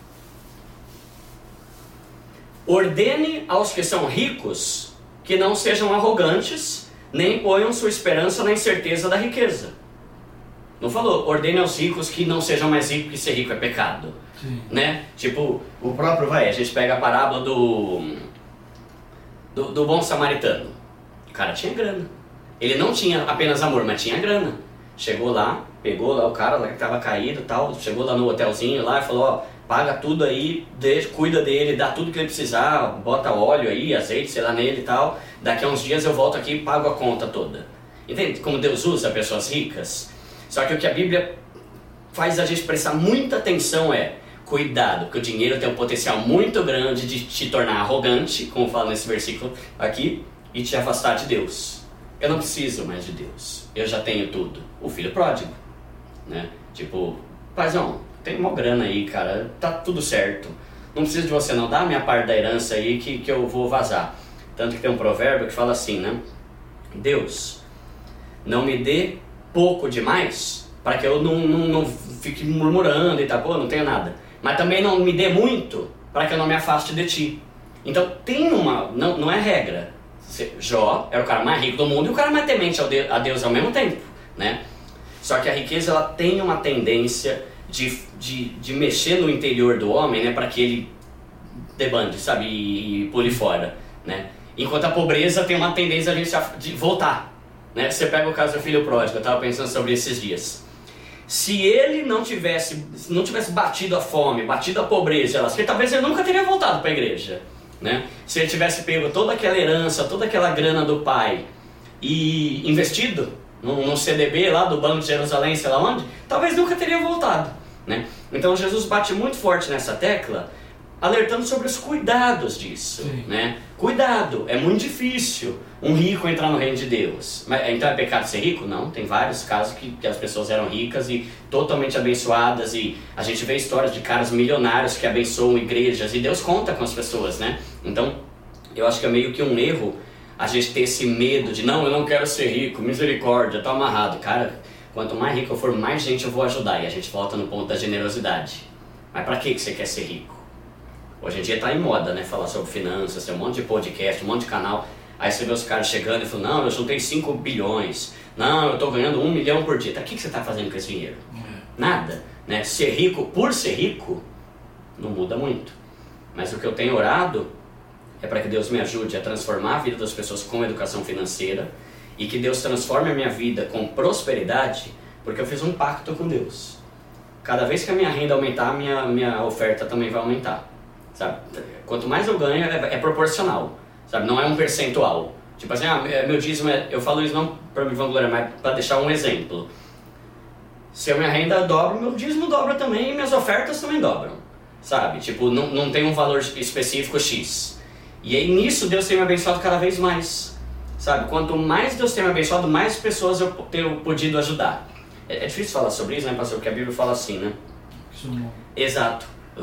Ordene aos que são ricos que não sejam arrogantes, nem ponham sua esperança na incerteza da riqueza. Não falou, ordene aos ricos que não sejam mais ricos, que ser rico é pecado. Sim. Né? Tipo, o próprio, a gente pega a parábola do bom samaritano. O cara tinha grana. Ele não tinha apenas amor, mas tinha grana. Chegou lá, pegou lá o cara lá que estava caído e tal, chegou lá no hotelzinho lá e falou, ó, paga tudo aí, cuida dele, dá tudo que ele precisar, bota óleo aí, azeite, sei lá, nele e tal. Daqui a uns dias eu volto aqui e pago a conta toda. Entende como Deus usa pessoas ricas? Só que o que a Bíblia faz a gente prestar muita atenção cuidado, porque o dinheiro tem um potencial muito grande de te tornar arrogante, como fala nesse versículo aqui, e te afastar de Deus. eu não preciso mais de Deus, eu já tenho tudo. O filho pródigo, né? Tipo, paizão, tem uma grana aí, cara, tá tudo certo. Não preciso de você não, dá a minha parte da herança aí que eu vou vazar. Tanto que tem um provérbio que fala assim, né? Deus, não me dê pouco demais, para que eu não fique murmurando e tal, pô, não tenho nada. Mas também não me dê muito, para que eu não me afaste de ti. Então tem uma, não é regra. Jó era o cara mais rico do mundo e o cara mais temente a Deus ao mesmo tempo, né? Só que a riqueza, ela tem uma tendência de mexer no interior do homem, né, para que ele debande, sabe, e pule fora, né? Enquanto a pobreza tem uma tendência de voltar, né? Você pega o caso do filho pródigo, eu estava pensando sobre esses dias. Se ele não tivesse batido a fome, batido a pobreza, talvez ele nunca teria voltado para a igreja, né? Se ele tivesse pego toda aquela herança, toda aquela grana do pai e investido num CDB lá do Banco de Jerusalém, sei lá onde, talvez nunca teria voltado, né? Então Jesus bate muito forte nessa tecla, alertando sobre os cuidados disso, né? Cuidado, é muito difícil um rico entrar no reino de Deus. Mas, então é pecado ser rico? Não, tem vários casos que as pessoas eram ricas e totalmente abençoadas, e a gente vê histórias de caras milionários que abençoam igrejas e Deus conta com as pessoas, né? Então eu acho que é meio que um erro a gente ter esse medo de não, eu não quero ser rico, misericórdia, tô amarrado. Cara, quanto mais rico eu for, mais gente eu vou ajudar, e a gente volta no ponto da generosidade. Mas pra que você quer ser rico? Hoje em dia tá em moda, né, falar sobre finanças, tem um monte de podcast, um monte de canal. Aí você vê os caras chegando e falando, não, eu juntei 5 bilhões, não, eu tô ganhando 1 milhão por dia. Tá, o que você tá fazendo com esse dinheiro? Nada, né? Ser rico por ser rico não muda muito. Mas o que eu tenho orado é para que Deus me ajude a transformar a vida das pessoas com educação financeira, e que Deus transforme a minha vida com prosperidade, porque eu fiz um pacto com Deus. Cada vez que a minha renda aumentar, a minha oferta também vai aumentar, sabe? Quanto mais eu ganho, é proporcional, sabe? Não é um percentual. Tipo assim, meu dízimo eu falo isso não para me vangloriar, mas para deixar um exemplo. Se a minha renda dobra, meu dízimo dobra também, e minhas ofertas também dobram, sabe? Tipo, não tem um valor específico X. E aí nisso Deus tem me abençoado cada vez mais, sabe? Quanto mais Deus tem me abençoado, mais pessoas eu tenho podido ajudar. É difícil falar sobre isso, né, pastor? Porque a Bíblia fala assim, né? Exato,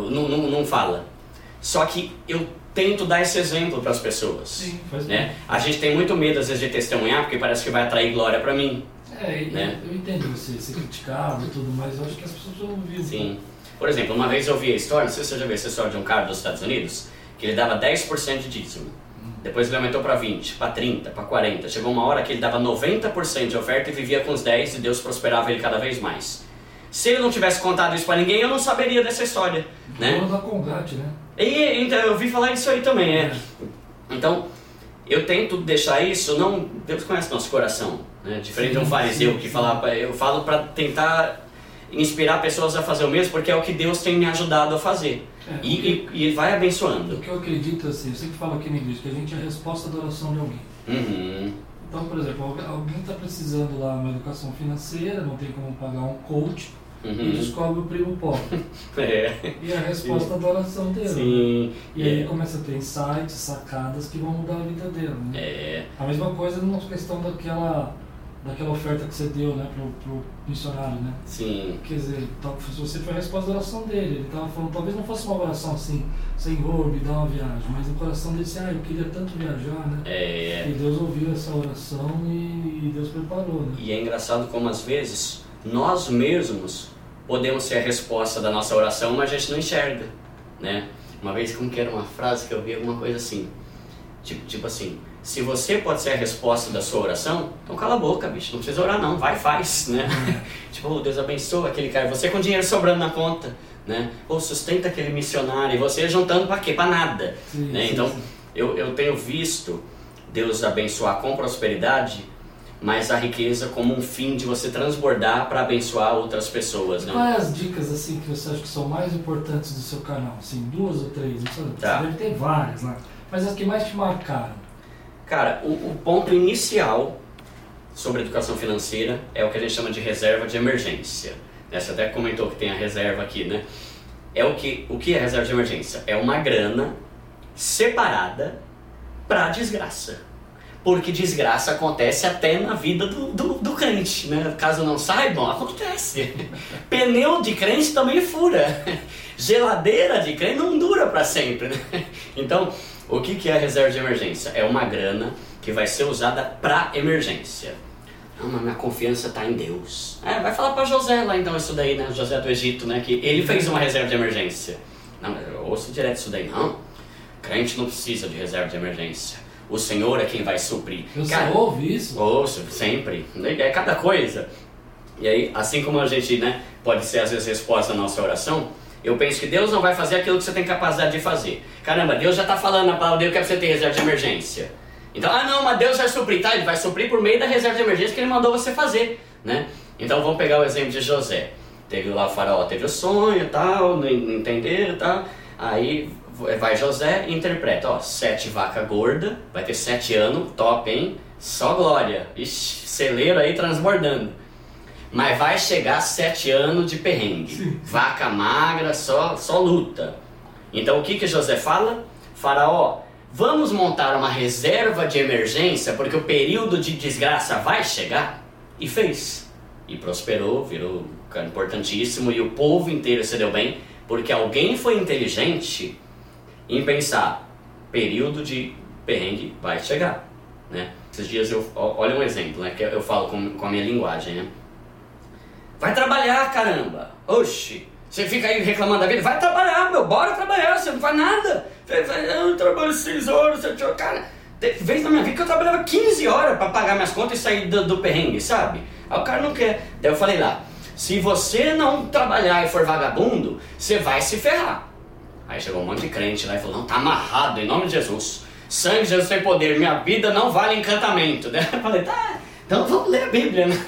não fala. Só que eu tento dar esse exemplo para as pessoas. Sim, faz né? Bem. A gente tem muito medo às vezes de testemunhar, porque parece que vai atrair glória para mim. Né? Eu entendo você ser criticado e tudo, mas eu acho que as pessoas não ouvem. Sim. Por exemplo, uma vez eu vi a história, não sei se você já viu essa história de um cara dos Estados Unidos, que ele dava 10% de dízimo. Depois ele aumentou para 20, para 30, para 40. Chegou uma hora que ele dava 90% de oferta e vivia com os 10, e Deus prosperava ele cada vez mais. Se ele não tivesse contado isso para ninguém, eu não saberia dessa história, né? Da Combate, né? E então, eu ouvi falar isso aí também, Então, eu tento deixar isso, não... Deus conhece nosso coração, né? Diferente de um fariseu que fala... Eu falo para tentar inspirar pessoas a fazer o mesmo, porque é o que Deus tem me ajudado a fazer. E Ele vai abençoando. O que eu acredito, assim, eu sempre falo aqui na igreja, que a gente é a resposta da oração de alguém. Uhum. Então, por exemplo, alguém está precisando lá uma educação financeira, não tem como pagar um coach, e descobre o primo pobre. E a resposta da oração dele. Sim. Né? E aí ele começa a ter insights, sacadas que vão mudar a vida dele. Né? A mesma coisa na questão daquela oferta que você deu, né, pro missionário, né? Sim. Quer dizer, você foi a resposta da oração dele. Ele estava falando, talvez não fosse uma oração assim, Senhor, me dá uma viagem, mas no coração dele disse, eu queria tanto viajar, né? E Deus ouviu essa oração e Deus preparou, né? E é engraçado como às vezes nós mesmos podemos ser a resposta da nossa oração, mas a gente não enxerga, né? Uma vez, como que era uma frase que eu vi, alguma coisa assim, tipo assim, se você pode ser a resposta da sua oração, então cala a boca, bicho, não precisa orar não, vai e faz, né? Tipo, Deus abençoa aquele cara, você com dinheiro sobrando na conta, né? Ou sustenta aquele missionário, e você juntando pra quê? Pra nada, né? Então, eu tenho visto Deus abençoar com prosperidade, mas a riqueza como um fim de você transbordar para abençoar outras pessoas, né? Quais as dicas assim que você acha que são mais importantes do seu canal? Assim, 2 ou 3, não sei, você deve ter várias lá, mas as que mais te marcaram? Cara, o ponto inicial sobre educação financeira é o que a gente chama de reserva de emergência. Você até comentou que tem a reserva aqui, né? O que é reserva de emergência? É uma grana separada para desgraça. porque desgraça acontece até na vida do crente, né? Caso não saibam, acontece. Pneu de crente também fura. Geladeira de crente não dura para sempre, né? Então, o que é a reserva de emergência? É uma grana que vai ser usada para emergência. Não, mas minha confiança está em Deus. Vai falar para José lá então isso daí, né? José do Egito, né? Que ele fez uma reserva de emergência. Não, eu ouço direto isso daí. Não, crente não precisa de reserva de emergência. O Senhor é quem vai suprir. Você ouve isso? Ouço, sempre. É cada coisa. E aí, assim como a gente, né, pode ser às vezes resposta à nossa oração, eu penso que Deus não vai fazer aquilo que você tem capacidade de fazer. Caramba, Deus já está falando na palavra dele que é para você ter reserva de emergência. Então, não, mas Deus vai suprir, tá? Ele vai suprir por meio da reserva de emergência que ele mandou você fazer, né? Então vamos pegar o exemplo de José. Teve lá o faraó, teve o sonho e tal, não entenderam e tal. Aí vai José e interpreta, 7 vacas gordas, vai ter 7 anos, top, hein? Só glória. Ixi, celeiro aí transbordando. Mas vai chegar 7 anos de perrengue. Vaca magra, só luta. Então o que José fala? Faraó, vamos montar uma reserva de emergência porque o período de desgraça vai chegar? E fez. E prosperou, virou um cara importantíssimo e o povo inteiro se deu bem porque alguém foi inteligente em pensar, período de perrengue vai chegar, né? Esses dias olha um exemplo, né, que eu falo com a minha linguagem, né? Vai trabalhar, caramba! Oxi! Você fica aí reclamando da vida? Vai trabalhar, meu! Bora trabalhar! Você não faz nada! Eu trabalho 6 horas, 7 horas... Cara, teve vez na minha vida que eu trabalhava 15 horas pra pagar minhas contas e sair do perrengue, sabe? Aí o cara não quer. Daí eu falei lá, se você não trabalhar e for vagabundo, você vai se ferrar. Aí chegou um monte de crente lá e falou, não, tá amarrado, em nome de Jesus. Sangue de Jesus tem poder, minha vida não vale encantamento. Daí eu falei, tá, então vamos ler a Bíblia, né?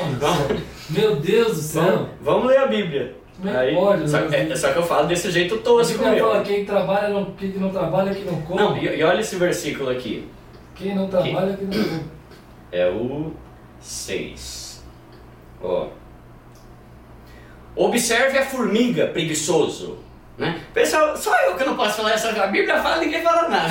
Meu Deus do céu! Vamos ler a Bíblia. Aí, pode, só que eu falo desse jeito tosco meu. Quem trabalha, quem não trabalha, que não come. Não, e olha esse versículo aqui. Quem não trabalha, que não come. É o 6. Observe a formiga, preguiçoso. Né? Pessoal, só eu que não posso falar essa coisa. A Bíblia fala, ninguém fala nada.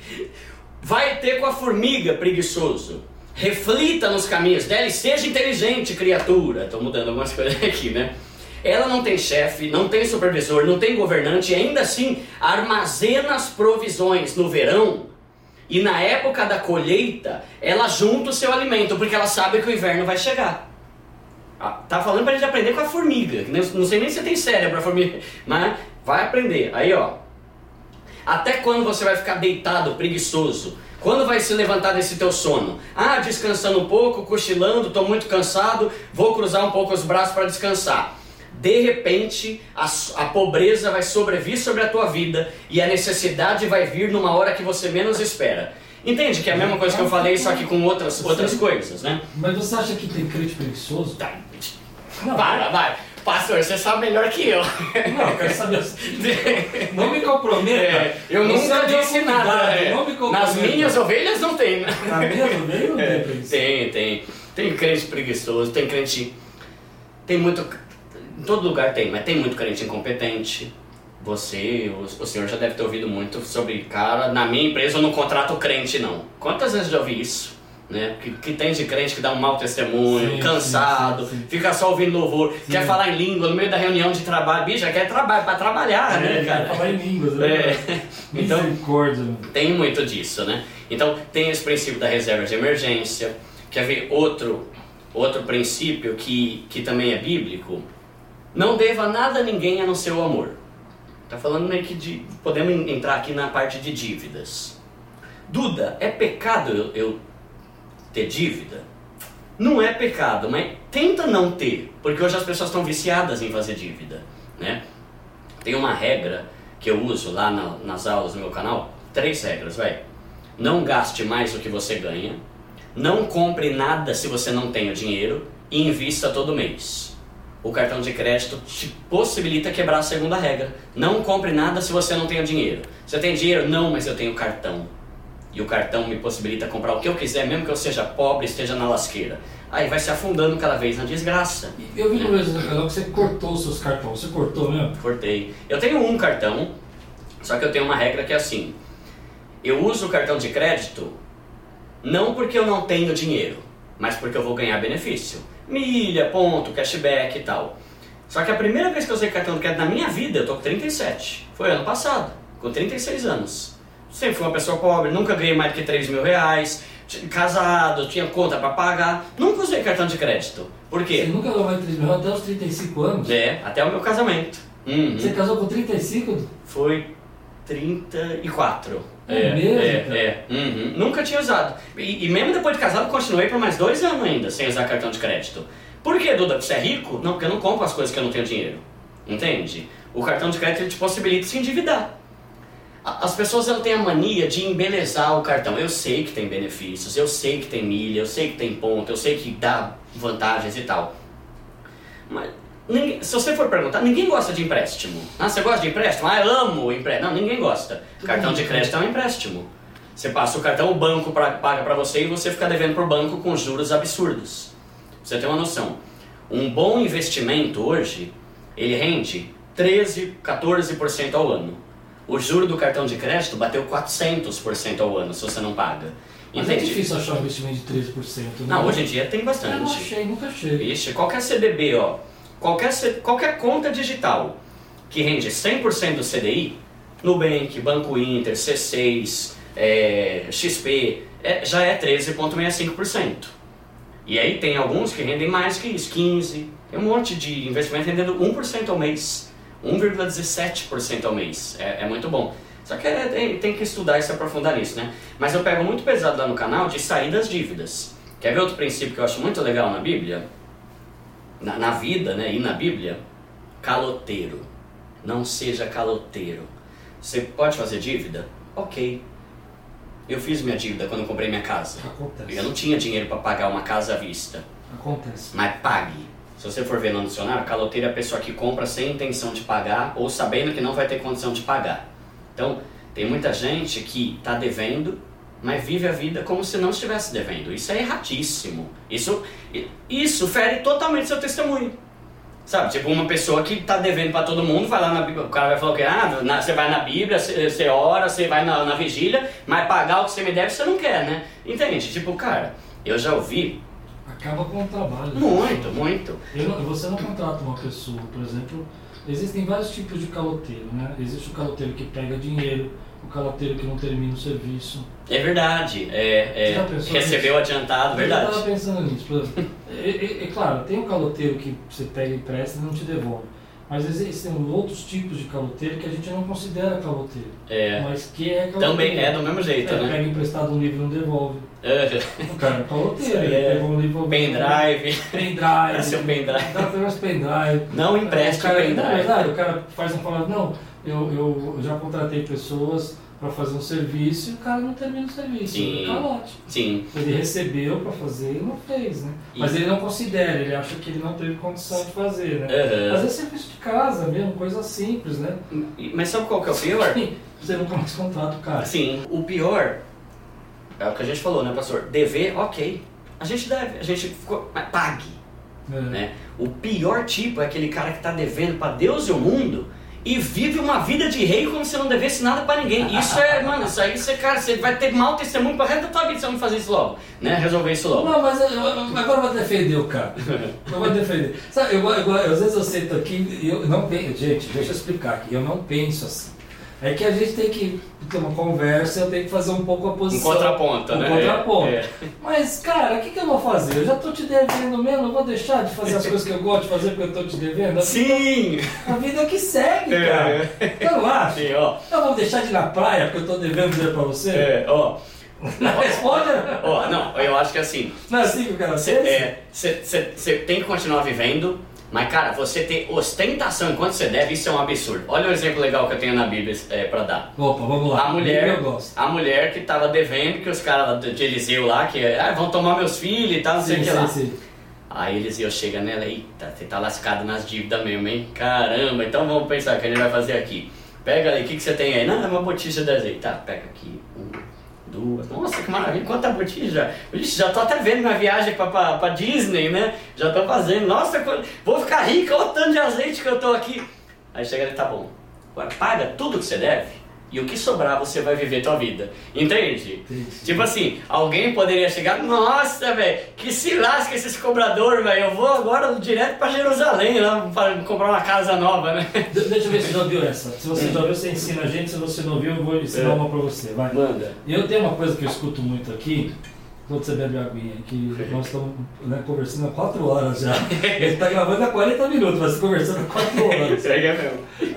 Vai ter com a formiga, preguiçoso. Reflita nos caminhos dela e seja inteligente, criatura. Estou mudando algumas coisas aqui, né? Ela não tem chefe, não tem supervisor, não tem governante e ainda assim armazena as provisões no verão e na época da colheita ela junta o seu alimento porque ela sabe que o inverno vai chegar. Tá falando pra gente aprender com a formiga, não sei nem se tem cérebro a formiga, mas vai aprender. Aí até quando você vai ficar deitado, preguiçoso? Quando vai se levantar desse teu sono? Descansando um pouco, cochilando, estou muito cansado, vou cruzar um pouco os braços para descansar. De repente, a pobreza vai sobrevir sobre a tua vida e a necessidade vai vir numa hora que você menos espera. Entende que é a mesma coisa que eu falei, só que com outras coisas, né? Mas você acha que tem crente preguiçoso? Tá. Vai. Pastor, você sabe melhor que eu. Não, eu quero saber. Não me comprometa. Eu nunca disse nada. Não me comprometa. Nas minhas ovelhas não tem, né? Nas minhas ovelhas não tem preguiçoso. Tem. Tem crente preguiçoso, tem crente... Tem muito... Em todo lugar tem, mas tem muito crente incompetente. O senhor já deve ter ouvido muito sobre, cara, na minha empresa eu não contrato crente não. Quantas vezes já ouvi isso? Né? Que tem de crente que dá um mau testemunho, cansado, sim. Fica só ouvindo louvor, quer falar em língua no meio da reunião de trabalho, bicho, quer trabalhar para trabalhar, né, cara? Quer falar em línguas, né? Então, tem muito disso, né? Então, tem esse princípio da reserva de emergência. Quer ver outro princípio que também é bíblico? Não deva nada a ninguém a não ser o amor. Tá falando meio que podemos entrar aqui na parte de dívidas. Duda, é pecado eu ter dívida? Não é pecado, mas tenta não ter, porque hoje as pessoas estão viciadas em fazer dívida, né? Tem uma regra que eu uso lá nas aulas no meu canal, 3 regras, Não gaste mais do que você ganha, não compre nada se você não tem o dinheiro e invista todo mês. O cartão de crédito te possibilita quebrar a segunda regra. Não compre nada se você não tem o dinheiro. Você tem dinheiro? Não, mas eu tenho cartão. E o cartão me possibilita comprar o que eu quiser, mesmo que eu seja pobre, esteja na lasqueira. Aí vai se afundando cada vez na desgraça. Eu vi no mesmo canal que você cortou os seus cartões. Você cortou mesmo? Cortei. Eu tenho um cartão, só que eu tenho uma regra que é assim. Eu uso o cartão de crédito Não porque eu não tenho dinheiro, mas porque eu vou ganhar benefício. Milha, ponto, cashback e tal. Só que a primeira vez que eu usei cartão de crédito na minha vida, eu tô com 37. Foi ano passado, com 36 anos. Sempre fui uma pessoa pobre, nunca ganhei mais do que 3 mil reais, casado, tinha conta pra pagar. Nunca usei cartão de crédito. Por quê? Você nunca ganhou mais de 3 mil até os 35 anos? Até o meu casamento. Você casou com 35? Foi 34. Mesmo? Nunca tinha usado. E mesmo depois de casado, continuei por mais 2 anos ainda sem usar cartão de crédito. Por quê, Duda? Você é rico? Não, porque eu não compro as coisas que eu não tenho dinheiro. Entende? O cartão de crédito ele te possibilita se endividar. As pessoas elas têm a mania de embelezar o cartão. Eu sei que tem benefícios, eu sei que tem milha, eu sei que tem ponto, eu sei que dá vantagens e tal. Mas se você for perguntar, ninguém gosta de empréstimo. Ah, você gosta de empréstimo? Ah, eu amo empréstimo. Não, ninguém gosta. Cartão de crédito é um empréstimo. Você passa o cartão, o banco paga pra você e você fica devendo pro banco com juros absurdos. Pra você ter uma noção. Um bom investimento hoje, ele rende 13, 14% ao ano. O juro do cartão de crédito bateu 400% ao ano, se você não paga. Mas é difícil achar um investimento de 13%, né? Não, hoje em dia tem bastante. Eu não achei, nunca achei. Ixi, qualquer CDB, ó, qualquer conta digital que rende 100% do CDI, Nubank, Banco Inter, C6, XP, já é 13,65%. E aí tem alguns que rendem mais que isso, 15%. Tem um monte de investimento rendendo 1% ao mês, 1,17% ao mês. É muito bom. Só que tem que estudar e se aprofundar nisso, né? Mas eu pego muito pesado lá no canal de sair das dívidas. Quer ver outro princípio que eu acho muito legal na Bíblia? Na vida, né? E na Bíblia? Caloteiro. Não seja caloteiro. Você pode fazer dívida? Ok. Eu fiz minha dívida quando eu comprei minha casa. Acontece. Eu não tinha dinheiro para pagar uma casa à vista. Acontece. Mas pague. Se você for ver no dicionário, caloteiro é a pessoa que compra sem intenção de pagar ou sabendo que não vai ter condição de pagar. Então, tem muita gente que está devendo, mas vive a vida como se não estivesse devendo. Isso é erradíssimo. Isso fere totalmente seu testemunho. Sabe, tipo uma pessoa que está devendo para todo mundo, vai lá na Bíblia, o cara vai falar que você vai na Bíblia, você ora, você vai na vigília, mas pagar o que você me deve você não quer, né? Entende? Tipo, cara, eu já ouvi... Acaba com o trabalho. Muito. Você não contrata uma pessoa, por exemplo, existem vários tipos de caloteiro, né? Existe o caloteiro que pega dinheiro, o caloteiro que não termina o serviço. É verdade, recebeu adiantado, verdade. Eu estava pensando nisso, por exemplo, claro, tem o caloteiro que você pega e empresta e não te devolve. Mas existem outros tipos de caloteiro que a gente não considera caloteiro. Mas que é caloteiro. Também é do mesmo jeito, né? Pega emprestado um livro e não devolve. O cara é caloteiro, ele pegou um livro... Pendrive. Pendrive. Esse é o pendrive. Dá pra ver os pendrive. Não empreste pendrive. Na verdade, o cara faz um falando, não, eu já contratei pessoas para fazer um serviço e o cara não termina o serviço. Sim. Calote. Sim. Ele recebeu para fazer e não fez, né? Mas ele não considera, ele acha que ele não teve condição de fazer, né? Às vezes serviço de casa mesmo, coisa simples, né? Mas sabe qual que é o pior? Você não mais contrata o cara. Sim, o pior é o que a gente falou, né, pastor? Dever, ok. A gente deve, a gente ficou, mas pague. Né? O pior tipo é aquele cara que está devendo para Deus e o mundo e vive uma vida de rei como se não devesse nada pra ninguém. Isso mano, isso aí você vai ter mau testemunho pro resto da tua vida se você não fazer isso logo, né? Resolver isso logo. Não, mas agora eu vou defender o cara. Eu vou defender. Sabe, às vezes eu sento aqui e eu não penso, gente, deixa eu explicar aqui, eu não penso assim. É que a gente tem que ter uma conversa, eu tenho que fazer um pouco a posição. Um contraponto, né? Contraponto. Mas, cara, o que eu vou fazer? Eu já tô te devendo mesmo, eu vou deixar de fazer as coisas que eu gosto de fazer porque eu tô te devendo? Sim! A vida que segue, cara. Eu não acho. Sim, ó. Eu vou deixar de ir na praia porque eu tô devendo dizer pra você? Responde. Não, eu acho que assim... Não é assim que o cara pensa? Você tem que continuar vivendo. Mas, cara, você ter ostentação enquanto você deve, isso é um absurdo. Olha um exemplo legal que eu tenho na Bíblia pra dar. Opa, vamos lá. A mulher que tava devendo, que os caras de Eliseu lá, que vão tomar meus filhos e tal, não sei o que lá. Sim. Aí Eliseu chega nela, eita, você tá lascado nas dívidas mesmo, hein? Caramba, então vamos pensar o que a gente vai fazer aqui. Pega ali, o que você tem aí? Não, é uma botija de azeite. Tá, pega aqui, 1, 2, nossa, que maravilha, quanta botija. Ixi, já tô até vendo minha viagem pra Disney, né? Já tô fazendo, nossa, vou ficar rica, olha o tanto de azeite que eu tô aqui. Aí chega ali, tá bom, agora paga tudo que você deve e o que sobrar você vai viver tua vida. Entende? Tipo assim, alguém poderia chegar, nossa, velho, que se lasca esses cobradores, velho, eu vou agora direto pra Jerusalém, lá, pra comprar uma casa nova, né? Deixa eu ver se você já ouviu essa. Se você já ouviu, você ensina a gente, se você não ouviu, eu vou ensinar uma pra você, vai. Manda. E eu tenho uma coisa que eu escuto muito aqui, quando você bebe aguinha, que nós estamos, né, conversando há 4 horas já. Ele está gravando há 40 minutos, mas conversando há 4 horas. Isso aí é mesmo.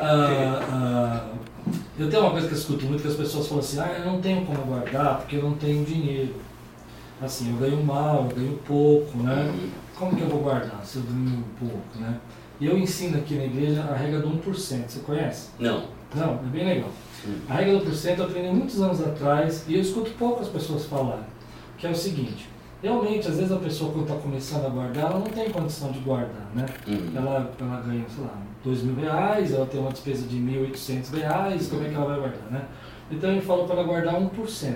Eu tenho uma coisa que eu escuto muito, que as pessoas falam assim, eu não tenho como guardar porque eu não tenho dinheiro. Assim, eu ganho mal, eu ganho pouco, né? Como que eu vou guardar se eu ganho pouco, né? E eu ensino aqui na igreja a regra do 1%, você conhece? Não. Não, é bem legal. A regra do 1% eu aprendi muitos anos atrás e eu escuto poucas pessoas falarem, que é o seguinte, realmente, às vezes a pessoa quando está começando a guardar, ela não tem condição de guardar, né? Ela ganha, sei lá, R$2.000, ela tem uma despesa de R$1.800, como é que ela vai guardar, né? Então ele falou para ela guardar 1%.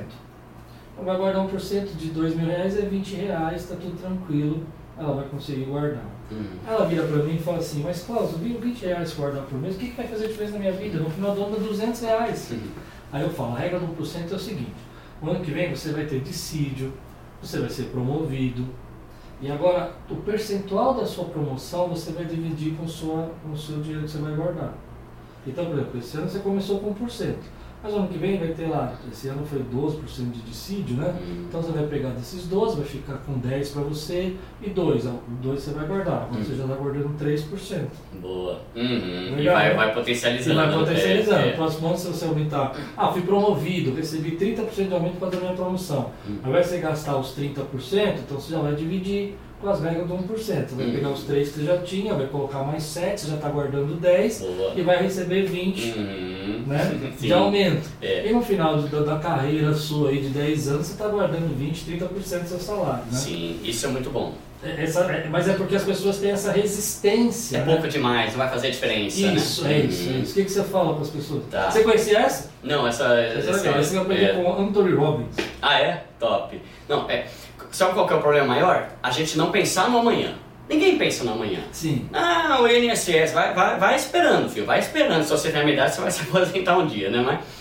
Ela vai guardar 1% de R$2.000 é R$20, está tudo tranquilo, ela vai conseguir guardar. Ela vira para mim e fala assim, mas Cláudio, eu viro R$20 guardar por mês, o que vai fazer diferença na minha vida? No final do ano dá R$200. Aí eu falo, a regra do 1% é o seguinte, o ano que vem você vai ter dissídio, você vai ser promovido, e agora o percentual da sua promoção você vai dividir com o seu dinheiro que você vai guardar. Então, por exemplo, esse ano você começou com 1%, mas ano que vem vai ter lá, esse ano foi 12% de dissídio, né? Então você vai pegar desses 12, vai ficar com 10 para você e 2 você vai guardar, agora você já está guardando 3%. Boa. Legal, e vai potencializando. Você vai potencializando. No próximo ano, se você aumentar, fui promovido, recebi 30% de aumento para a minha promoção. Ao invés de você gastar os 30%, então você já vai dividir com as regras do 1%. Você vai pegar os 3 que você já tinha, vai colocar mais 7, você já está guardando 10 e vai receber 20 né, de aumento. E no final da carreira sua aí de 10 anos, você está guardando 20, 30% do seu salário. Né? Sim, isso é muito bom. Mas é porque as pessoas têm essa resistência. É pouco demais, não vai fazer diferença. Isso, né? é isso. O que você fala para as pessoas? Tá. Você conhecia essa? Não, essa eu aprendi com o Anthony Robbins. Ah, é? Top. Não, sabe qual que é o problema maior? A gente não pensar no amanhã. Ninguém pensa no amanhã. Sim. O INSS, vai esperando, filho. Vai esperando. Se você tem a minha idade, você vai se aposentar um dia, né? Mas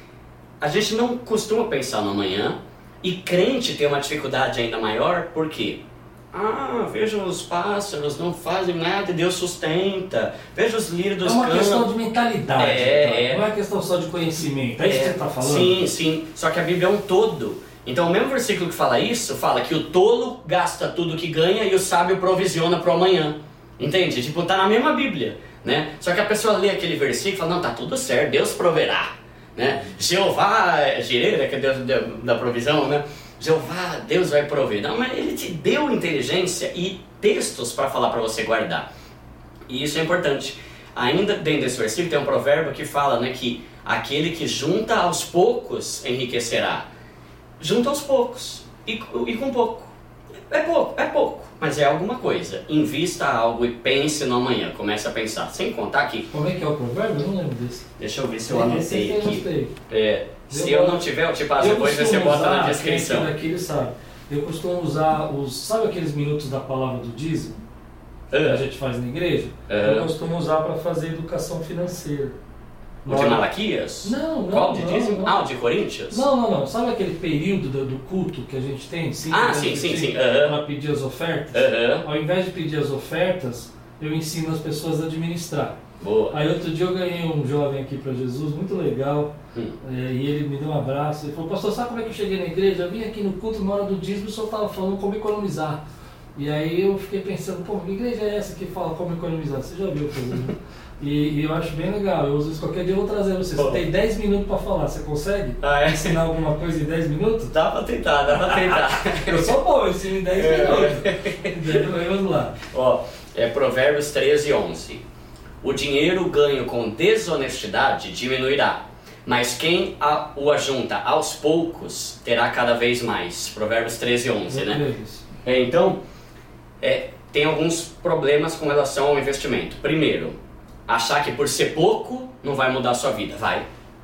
a gente não costuma pensar no amanhã. E crente tem uma dificuldade ainda maior, por quê? Veja os pássaros, não fazem nada e Deus sustenta. Veja os lírios dos campos. É uma questão de mentalidade. Não é questão só de conhecimento. É isso que você está falando? Sim. Só que a Bíblia é um todo. Então o mesmo versículo que fala isso, fala que o tolo gasta tudo que ganha e o sábio provisiona para o amanhã. Entende? Tipo, tá na mesma Bíblia, né? Só que a pessoa lê aquele versículo e fala, não, tá tudo certo, Deus proverá, né? Jeová, Jireh, que é Deus da provisão, né? Jeová, Deus vai prover. Não, mas Ele te deu inteligência e textos para falar para você guardar. E isso é importante. Ainda dentro desse versículo tem um provérbio que fala, né, que aquele que junta aos poucos enriquecerá. Junta aos poucos e com pouco. É pouco, mas é alguma coisa. Invista algo e pense no amanhã. Comece a pensar. Sem contar que... Como é que é o provérbio? Eu não lembro desse. Deixa eu ver se eu anotei aqui. Se eu não tiver, eu te passo depois, você bota na descrição. Daqui ele sabe. Eu costumo usar sabe aqueles minutos da palavra do dízimo? Que a gente faz na igreja? Eu costumo usar para fazer educação financeira. O de Malaquias? Não. Qual de dízimo? O de Coríntios? Não. Sabe aquele período do culto que a gente tem? Sim. Para pedir as ofertas? Ao invés de pedir as ofertas, eu ensino as pessoas a administrar. Boa. Aí outro dia eu ganhei um jovem aqui para Jesus, muito legal, e ele me deu um abraço, ele falou, pastor, sabe como é que eu cheguei na igreja? Eu vim aqui no culto, na hora do dízimo, o senhor estava falando como economizar. E aí eu fiquei pensando, que igreja é essa que fala como economizar? Você já viu fazer, né? E eu acho bem legal, eu uso isso qualquer dia, eu vou trazer você. Você tem 10 minutos para falar, você consegue ensinar alguma coisa em 10 minutos? Dá para tentar. Eu sou bom, eu ensino em 10 minutos. Vamos lá. Provérbios 13:11. O dinheiro ganho com desonestidade diminuirá, mas quem o ajunta aos poucos terá cada vez mais. Provérbios 13:11, né? Então, tem alguns problemas com relação ao investimento. Primeiro, achar que por ser pouco não vai mudar a sua vida. Vai.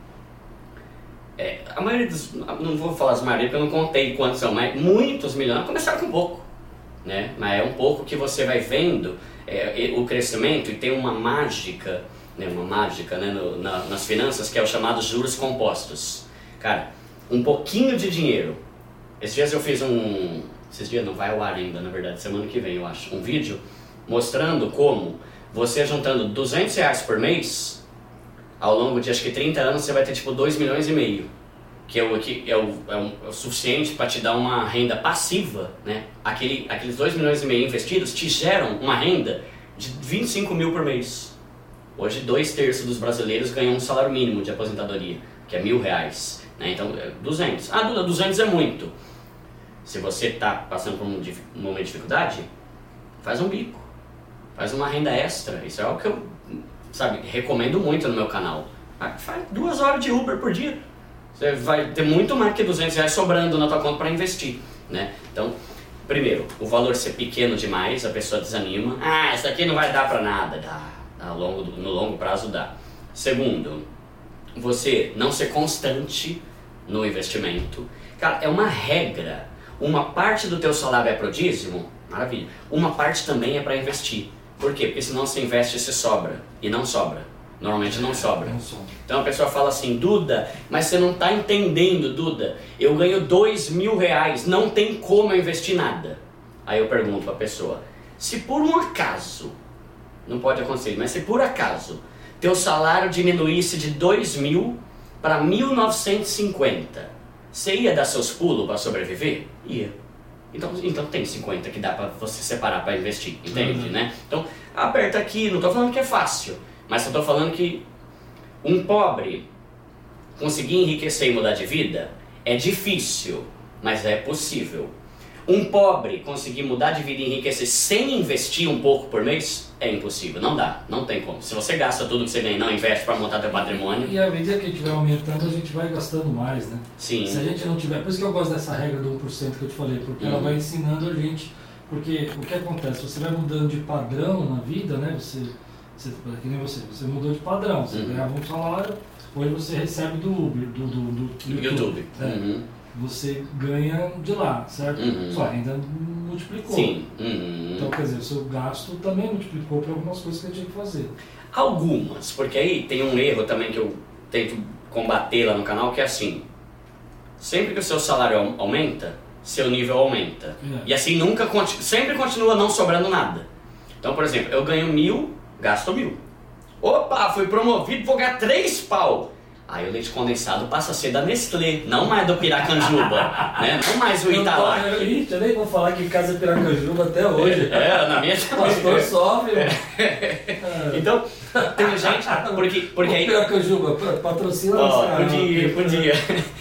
A maioria dos... Não vou falar as maioria porque eu não contei quantos são, mas muitos milionários começaram com pouco, né? Mas é um pouco que você vai vendo o crescimento, e tem uma mágica né, uma mágica, né, nas finanças, que é o chamado juros compostos. Cara, um pouquinho de dinheiro. Esses dias eu fiz esses dias não vai ao ar ainda, na verdade, semana que vem eu acho, um vídeo mostrando como você juntando R$200 por mês, ao longo de acho que 30 anos você vai ter tipo 2,5 milhões, que é o suficiente para te dar uma renda passiva, né? Aqueles 2,5 milhões investidos te geram uma renda de 25 mil por mês. Hoje 2/3 dos brasileiros ganham um salário mínimo de aposentadoria, que é R$1.000, né? Então 200. Ah, Duda, 200 é muito. Se você está passando por uma dificuldade, faz um bico, faz uma renda extra. Isso é algo que eu, recomendo muito no meu canal. Faz 2 horas de Uber por dia. Você vai ter muito mais que R$200 sobrando na tua conta para investir, né? Então, primeiro, o valor ser pequeno demais, a pessoa desanima. Ah, isso aqui não vai dar para nada. Dá, no longo prazo dá. Segundo, você não ser constante no investimento. Cara, é uma regra. Uma parte do teu salário é pro dízimo, maravilha. Uma parte também é para investir. Por quê? Porque senão você investe e você sobra. E não sobra. Normalmente não sobra. Então a pessoa fala assim, Duda, mas você não está entendendo, Duda. Eu ganho R$2.000, não tem como eu investir nada. Aí eu pergunto para a pessoa, se por um acaso, não pode acontecer, mas se por acaso teu salário diminuísse de 2.000 para 1.950, você ia dar seus pulos para sobreviver? Ia. Então tem 50 que dá para você separar para investir, entende, né? Então aperta aqui, não estou falando que é fácil, mas eu estou falando que um pobre conseguir enriquecer e mudar de vida é difícil, mas é possível. Um pobre conseguir mudar de vida e enriquecer sem investir um pouco por mês é impossível, não dá, não tem como. Se você gasta tudo que você ganha e não investe para montar seu patrimônio... E à medida que a gente vai aumentando, a gente vai gastando mais, né? Sim. Se a gente não tiver... Por isso que eu gosto dessa regra do 1% que eu te falei, porque ela vai ensinando a gente. Porque o que acontece? Você vai mudando de padrão na vida, né? Que nem você mudou de padrão, você ganhava um salário, hoje você recebe do Uber, do YouTube. Você ganha de lá, certo? Sua renda multiplicou. Sim. Então, quer dizer, o seu gasto também multiplicou para algumas coisas que a gente tinha que fazer. Algumas, porque aí tem um erro também que eu tento combater lá no canal, que é assim, sempre que o seu salário aumenta, seu nível aumenta. E assim sempre continua não sobrando nada. Então, por exemplo, eu ganho 1.000, gasto 1.000. Opa, fui promovido, vou ganhar 3 pau. Aí o leite condensado passa a ser da Nestlé, não mais do Piracanjuba, né? Não mais o Italac. Eu nem vou falar que em casa é Piracanjuba até hoje. Na minha... O pastor sofre. Então, tem gente... Porque aí... Piracanjuba, patrocina podia.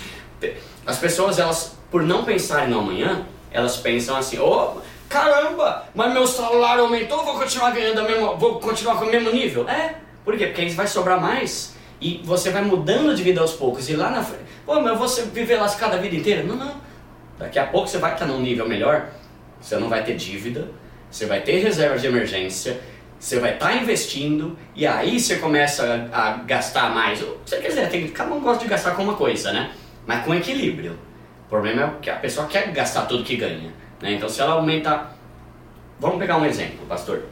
As pessoas, elas, por não pensarem no amanhã, elas pensam assim, caramba, mas meu salário aumentou, vou continuar com o mesmo nível? Por quê? Porque aí vai sobrar mais e você vai mudando de vida aos poucos. E lá na frente, mas eu vou viver lascado a vida inteira? Não. Daqui a pouco você vai estar num nível melhor, você não vai ter dívida, você vai ter reserva de emergência, você vai estar investindo e aí você começa a gastar mais. Você quer dizer, cada um gosta de gastar com uma coisa, né? Mas com equilíbrio. O problema é que a pessoa quer gastar tudo que ganha, né? Então se ela aumentar... Vamos pegar um exemplo, pastor.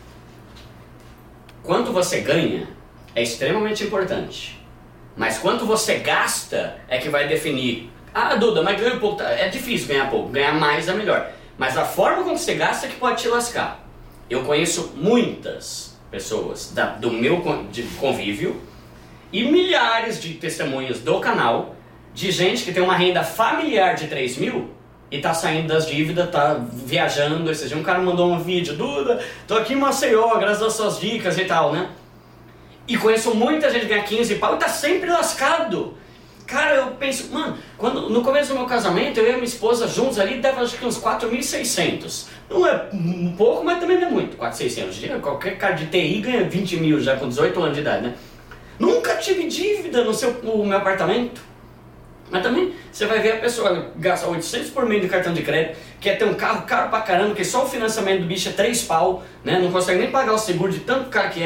Quanto você ganha é extremamente importante. Mas quanto você gasta é que vai definir. Ah, Duda, mas ganha pouco. É difícil ganhar pouco. Ganhar mais é melhor. Mas a forma como você gasta é que pode te lascar. Eu conheço muitas pessoas do meu convívio e milhares de testemunhas do canal de gente que tem uma renda familiar de 3.000 e tá saindo das dívidas, tá viajando. Esse dia um cara mandou um vídeo, Duda, tô aqui em Maceió, graças às suas dicas e tal, né? E conheço muita gente que ganha 15 pau e tá sempre lascado. Cara, eu penso, mano, no começo do meu casamento, eu e a minha esposa juntos ali, dava acho que uns 4.600. Não é um pouco, mas também não é muito, 4.600. Qualquer cara de TI ganha 20 mil já com 18 anos de idade, né? Nunca tive dívida no meu apartamento. Mas também você vai ver a pessoa gasta 800 por mês de cartão de crédito, quer ter um carro caro pra caramba, que só o financiamento do bicho é 3 pau, né? Não consegue nem pagar o seguro de tanto caro que é,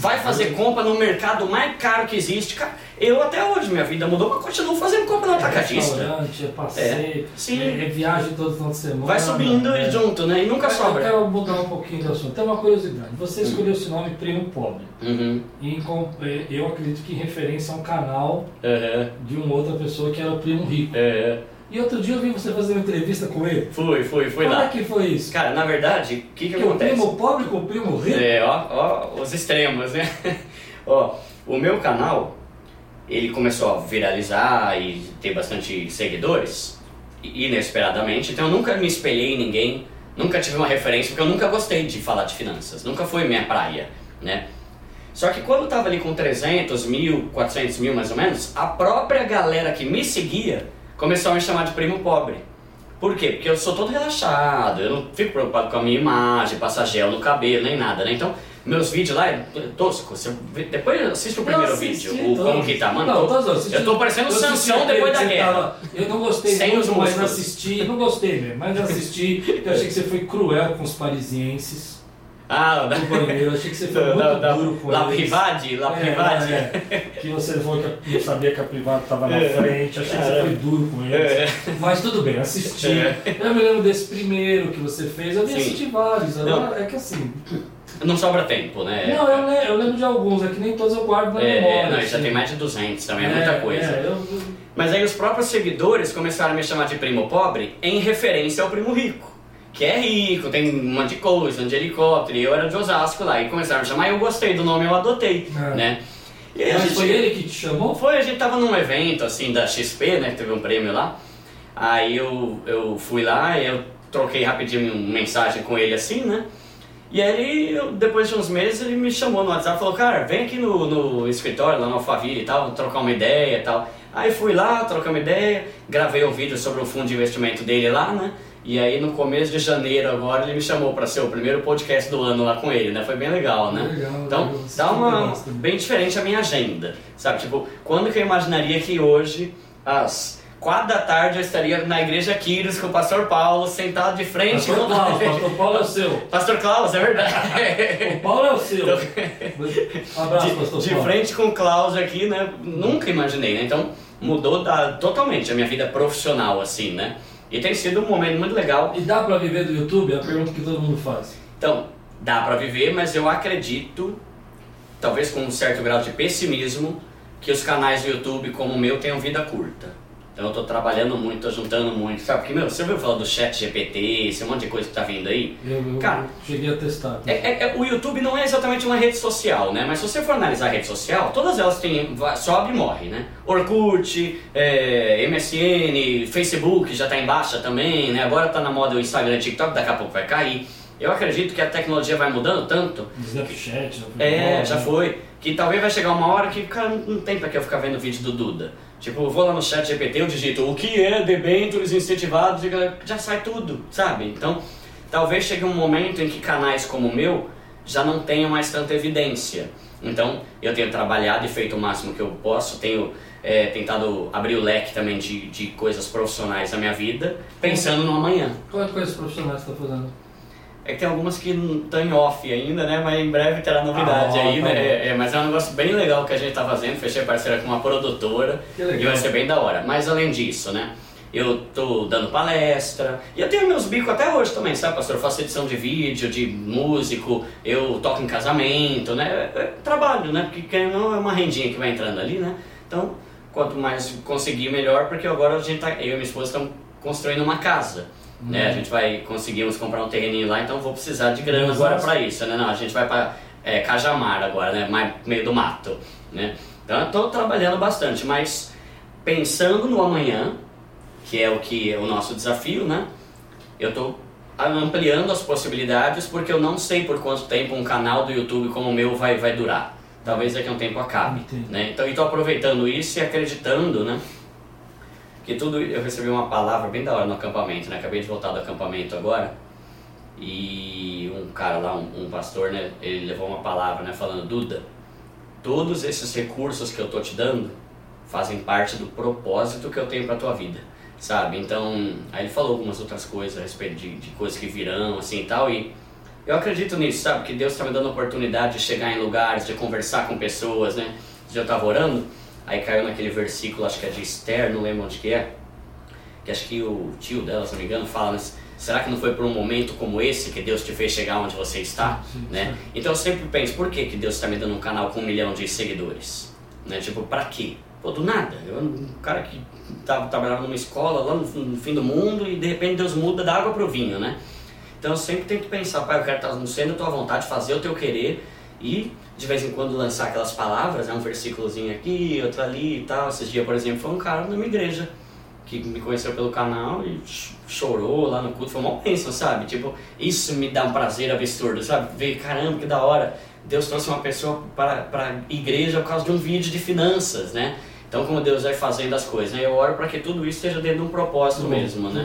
vai fazer compra no mercado mais caro que existe. Cara, eu até hoje, minha vida mudou, mas continuo fazendo compra no atacadista. Restaurante, passeio, viagem todo final de semana. Vai subindo junto, né? E nunca sobra. Eu quero mudar um pouquinho do assunto. Tem uma curiosidade. Você escolheu esse nome Primo Pobre. E eu acredito que em referência a um canal de uma outra pessoa que era o Primo Rico. E outro dia eu vi você fazer uma entrevista com ele. Fui lá. Como é que foi isso? Cara, na verdade, o que acontece? O primo pobre com o primo rico? Ó, os extremos, né? Ó, o meu canal, ele começou a viralizar e ter bastante seguidores, inesperadamente. Então eu nunca me espelhei em ninguém, nunca tive uma referência, porque eu nunca gostei de falar de finanças. Nunca foi minha praia, né? Só que quando eu tava ali com 300 mil, 400 mil mais ou menos, a própria galera que me seguia começou a me chamar de primo pobre. Por quê? Porque eu sou todo relaxado, eu não fico preocupado com a minha imagem, passar gel no cabelo, nem nada, né? Então, meus vídeos lá é tosco. Depois assiste o primeiro vídeo, como que tá, mano. Eu tô parecendo o Sansão depois da guerra. Eu não gostei muito, mas assisti. Eu não gostei mesmo, mas assisti. Eu achei que você foi cruel com os parisienses. Eu achei que você foi muito duro com La Privade? Que você falou que não sabia que a Privade estava na frente, achei que você foi duro com eles. Mas tudo bem, assisti. Eu me lembro desse primeiro que você fez, eu nem assisti vários, agora é que assim... Não sobra tempo, né? Não, eu lembro de alguns, é que nem todos eu guardo na memória. Não, já tem mais de 200 também, é muita coisa. Mas aí os próprios seguidores começaram a me chamar de primo pobre em referência ao primo rico. Que é rico, tem um monte de coisa, de helicóptero, e eu era de Osasco lá, e começaram a me chamar, eu gostei do nome, eu adotei, né? E aí foi ele que te chamou? Foi, a gente tava num evento, assim, da XP, né, que teve um prêmio lá, aí eu fui lá, eu troquei rapidinho uma mensagem com ele, assim, né? E aí, depois de uns meses, ele me chamou no WhatsApp e falou, cara, vem aqui no escritório, lá no Alphaville e tal, trocar uma ideia e tal. Aí fui lá, trocar uma ideia, gravei um vídeo sobre o fundo de investimento dele lá, né? E aí no começo de janeiro agora ele me chamou para ser o primeiro podcast do ano lá com ele, né? Foi bem legal, né? Então dá uma bem diferente a minha agenda, sabe? Tipo, quando que eu imaginaria que hoje, às 4 da tarde, eu estaria na igreja Quiros com o pastor Paulo, sentado de frente com o pastor Paulo é o seu. Pastor Klaus, é verdade. O Paulo é o seu. Então, abraço, pastor Paulo. De frente com o Klaus aqui, né? Nunca imaginei, né? Então mudou totalmente a minha vida profissional, assim, né? E tem sido um momento muito legal. E dá pra viver do YouTube? É a pergunta que todo mundo faz. Então, dá pra viver, mas eu acredito, talvez com um certo grau de pessimismo, que os canais do YouTube como o meu tenham vida curta. Então eu tô trabalhando muito, tô juntando muito, sabe? Porque, você ouviu falar do ChatGPT, esse monte de coisa que tá vindo aí? Cara, cheguei a testar. O YouTube não é exatamente uma rede social, né? Mas se você for analisar a rede social, todas elas têm, sobe e morre, né? Orkut, MSN, Facebook já tá em baixa também, né? Agora tá na moda o Instagram e TikTok, daqui a pouco vai cair. Eu acredito que a tecnologia vai mudando tanto. Snapchat já foi. Que talvez vai chegar uma hora que, cara, não tem pra que eu ficar vendo vídeo do Duda. Tipo, eu vou lá no ChatGPT, eu digito o que é debêntures incentivados, já sai tudo, sabe? Então, talvez chegue um momento em que canais como o meu já não tenham mais tanta evidência. Então, eu tenho trabalhado e feito o máximo que eu posso, tenho tentado abrir o leque também de coisas profissionais na minha vida, pensando no amanhã. Quais coisas profissionais você está fazendo? É que tem algumas que não estão em off ainda, né? Mas em breve terá novidade aí, né? Mas é um negócio bem legal que a gente está fazendo. Fechei parceira com uma produtora e vai ser bem da hora. Mas além disso, né? Eu tô dando palestra e eu tenho meus bicos até hoje também, sabe, pastor? Eu faço edição de vídeo, de músico, eu toco em casamento, né? Trabalho, né? Porque não é uma rendinha que vai entrando ali, né? Então, quanto mais conseguir, melhor, porque agora eu e minha esposa estamos construindo uma casa. Né? A gente conseguimos comprar um terreninho lá, então vou precisar de grana agora para isso, né? Não, a gente vai para Cajamar agora, né? Mais meio do mato, né? Então eu estou trabalhando bastante, mas pensando no amanhã, que é o nosso desafio, né? Eu estou ampliando as possibilidades porque eu não sei por quanto tempo um canal do YouTube como o meu vai durar. Talvez daqui a um tempo acabe, né? Então eu estou aproveitando isso e acreditando, né? Que tudo, eu recebi uma palavra bem da hora no acampamento, né? Acabei de voltar do acampamento agora e um cara lá, um pastor, né? Ele levou uma palavra, né? Falando, Duda, todos esses recursos que eu tô te dando fazem parte do propósito que eu tenho pra tua vida, sabe? Então, aí ele falou algumas outras coisas a respeito de coisas que virão, assim e tal, e Eu acredito nisso, sabe? Que Deus está me dando a oportunidade de chegar em lugares, de conversar com pessoas, né? Eu estava orando, aí caiu naquele versículo, acho que é de Esther, não lembro onde que é, que acho que o tio dela, se não me engano, fala, mas será que não foi por um momento como esse que Deus te fez chegar onde você está? Sim, né? sim. Então eu sempre penso, por que Deus está me dando um canal com 1 milhão de seguidores? Né? Tipo, pra quê? Pô, do nada. Eu um cara que trabalhava numa escola lá no fim do mundo e de repente Deus muda da água pro vinho, né? Então eu sempre tento pensar, pai, eu quero estar sendo a tua vontade, fazer o teu querer e de vez em quando lançar aquelas palavras, um versículozinho aqui, outro ali e tal. Esses dias, por exemplo, foi um cara na minha igreja que me conheceu pelo canal e chorou lá no culto, foi uma bênção, sabe? Tipo, isso me dá um prazer absurdo, sabe? Ver, caramba, que da hora, Deus trouxe uma pessoa para a igreja por causa de um vídeo de finanças, né? Então, como Deus vai fazendo as coisas, né? Eu oro para que tudo isso esteja dentro de um propósito mesmo, né?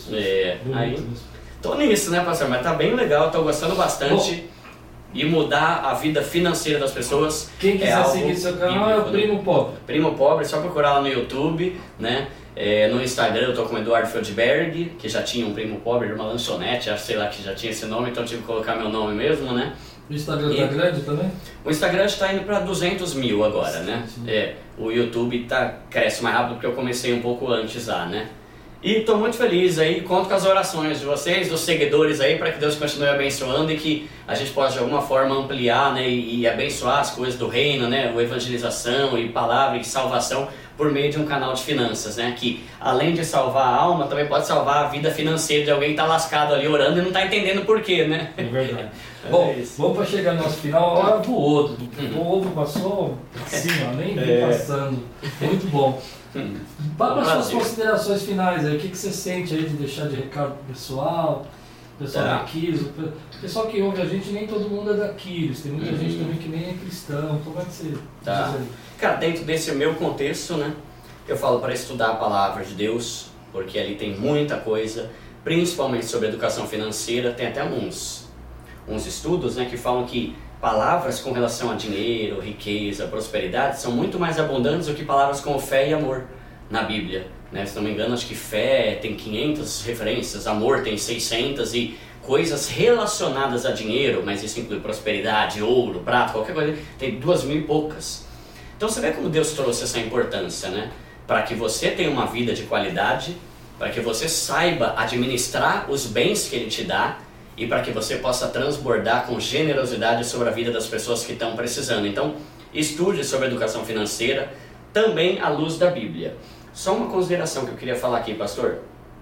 Aí, tô nisso, né, pastor? Mas tá bem legal, tô gostando bastante. E mudar a vida financeira das pessoas. Quem quiser seguir seu canal é o Primo Pobre. Primo Pobre, só procurar lá no YouTube, né? No Instagram eu tô com o Eduardo Feldberg, que já tinha um Primo Pobre, uma lanchonete, acho, sei lá, que já tinha esse nome, então tive que colocar meu nome mesmo, né? O Instagram tá grande também? O Instagram está indo para 200 mil agora, né? Sim. O YouTube cresce mais rápido porque eu comecei um pouco antes lá, né? E estou muito feliz aí, conto com as orações de vocês, dos seguidores aí, para que Deus continue abençoando e que a gente possa de alguma forma ampliar, né, e abençoar as coisas do reino, né, a evangelização e palavra e salvação por meio de um canal de finanças, né, que além de salvar a alma, também pode salvar a vida financeira de alguém que está lascado ali orando e não está entendendo por quê, né? É verdade. Bom, vamos para chegar no nosso final, a hora voou, o ovo passou assim, ó, nem vem passando, muito bom. Para as suas considerações finais aí, o que você sente aí de deixar de recado pro pessoal, pessoal da Aquiles, o pessoal que ouve a gente, nem todo mundo é da Aquiles, tem muita gente também que nem é cristão, como é que você diz aí? Cara, dentro desse meu contexto, né, eu falo para estudar a palavra de Deus, porque ali tem muita coisa, principalmente sobre educação financeira, tem até uns estudos, né, que falam que palavras com relação a dinheiro, riqueza, prosperidade são muito mais abundantes do que palavras como fé e amor na Bíblia, né? Se não me engano, acho que fé tem 500 referências, amor tem 600 e coisas relacionadas a dinheiro, mas isso inclui prosperidade, ouro, prata, qualquer coisa, tem 2.000 e poucas. Então você vê como Deus trouxe essa importância, né? Para que você tenha uma vida de qualidade, para que você saiba administrar os bens que Ele te dá, e para que você possa transbordar com generosidade sobre a vida das pessoas que estão precisando. Então, estude sobre educação financeira, também à luz da Bíblia. Só uma consideração que eu queria falar aqui, pastor.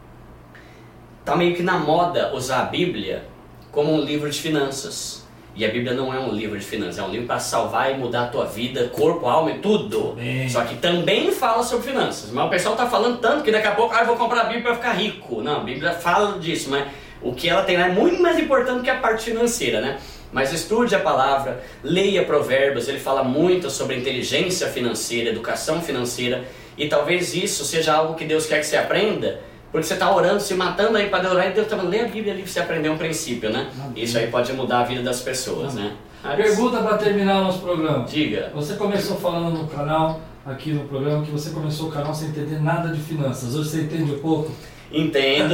Está meio que na moda usar a Bíblia como um livro de finanças. E a Bíblia não é um livro de finanças, é um livro para salvar e mudar a tua vida, corpo, alma e tudo. Só que também fala sobre finanças. Mas o pessoal está falando tanto que daqui a pouco eu vou comprar a Bíblia para ficar rico. Não, a Bíblia fala disso, mas o que ela tem lá é muito mais importante que a parte financeira, né? Mas estude a palavra, leia Provérbios, ele fala muito sobre inteligência financeira, educação financeira, e talvez isso seja algo que Deus quer que você aprenda, porque você está orando, se matando aí para orar, e Deus está falando, lê a Bíblia ali para você aprender um princípio, né? Isso aí pode mudar a vida das pessoas, né? Pergunta para terminar o nosso programa. Diga. Você começou falando no canal, aqui no programa, que você começou o canal sem entender nada de finanças. Hoje você entende um pouco? Entendo.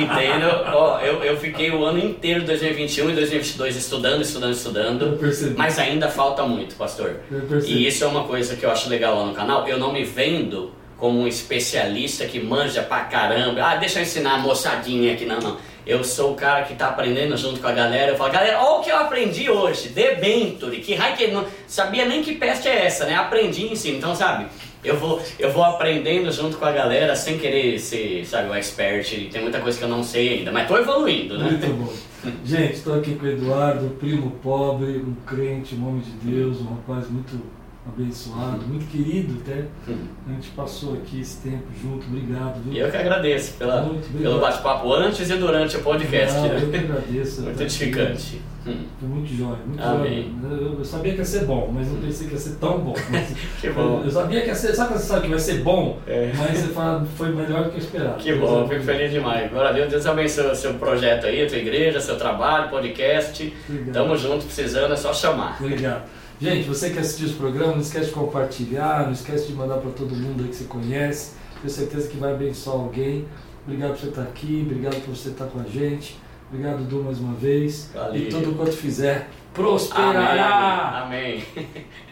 Ó, eu fiquei o ano inteiro de 2021 e 2022 estudando, mas ainda falta muito, pastor. E isso é uma coisa que eu acho legal lá no canal. Eu não me vendo como um especialista que manja pra caramba. Deixa eu ensinar a moçadinha aqui. Não. Eu sou o cara que tá aprendendo junto com a galera. Eu falo, galera, olha o que eu aprendi hoje. Debenture, que raio que não sabia nem que peste é essa, né? Aprendi em cima, então sabe... Eu vou aprendendo junto com a galera sem querer ser, sabe, o expert, e tem muita coisa que eu não sei ainda, mas tô evoluindo, né? Muito bom. Gente, estou aqui com o Eduardo, primo pobre, um crente, um homem de Deus, um rapaz muito abençoado, muito querido até. A gente passou aqui esse tempo junto, obrigado. Viu? E eu que agradeço pelo bate-papo antes e durante o podcast. Eu que agradeço. Muito edificante. Foi muito jóia, muito Amém. jóia. Eu sabia que ia ser bom, mas não pensei que ia ser tão bom. Que bom. Eu sabia que ia ser, sabe quando você sabe que vai ser bom, mas você fala, foi melhor do que eu esperava. Que bom, fico feliz demais. Glória a Deus, Deus abençoe o seu projeto aí, a tua igreja, seu trabalho, podcast. Obrigado. Tamo junto, precisando, é só chamar. Obrigado. Gente, você que assistiu esse programa, não esquece de compartilhar, não esquece de mandar para todo mundo aí que você conhece. Tenho certeza que vai abençoar alguém. Obrigado por você estar aqui, obrigado por você estar com a gente. Obrigado, Dudu, mais uma vez. Valeu. E tudo quanto fizer prosperará. Amém. Amém.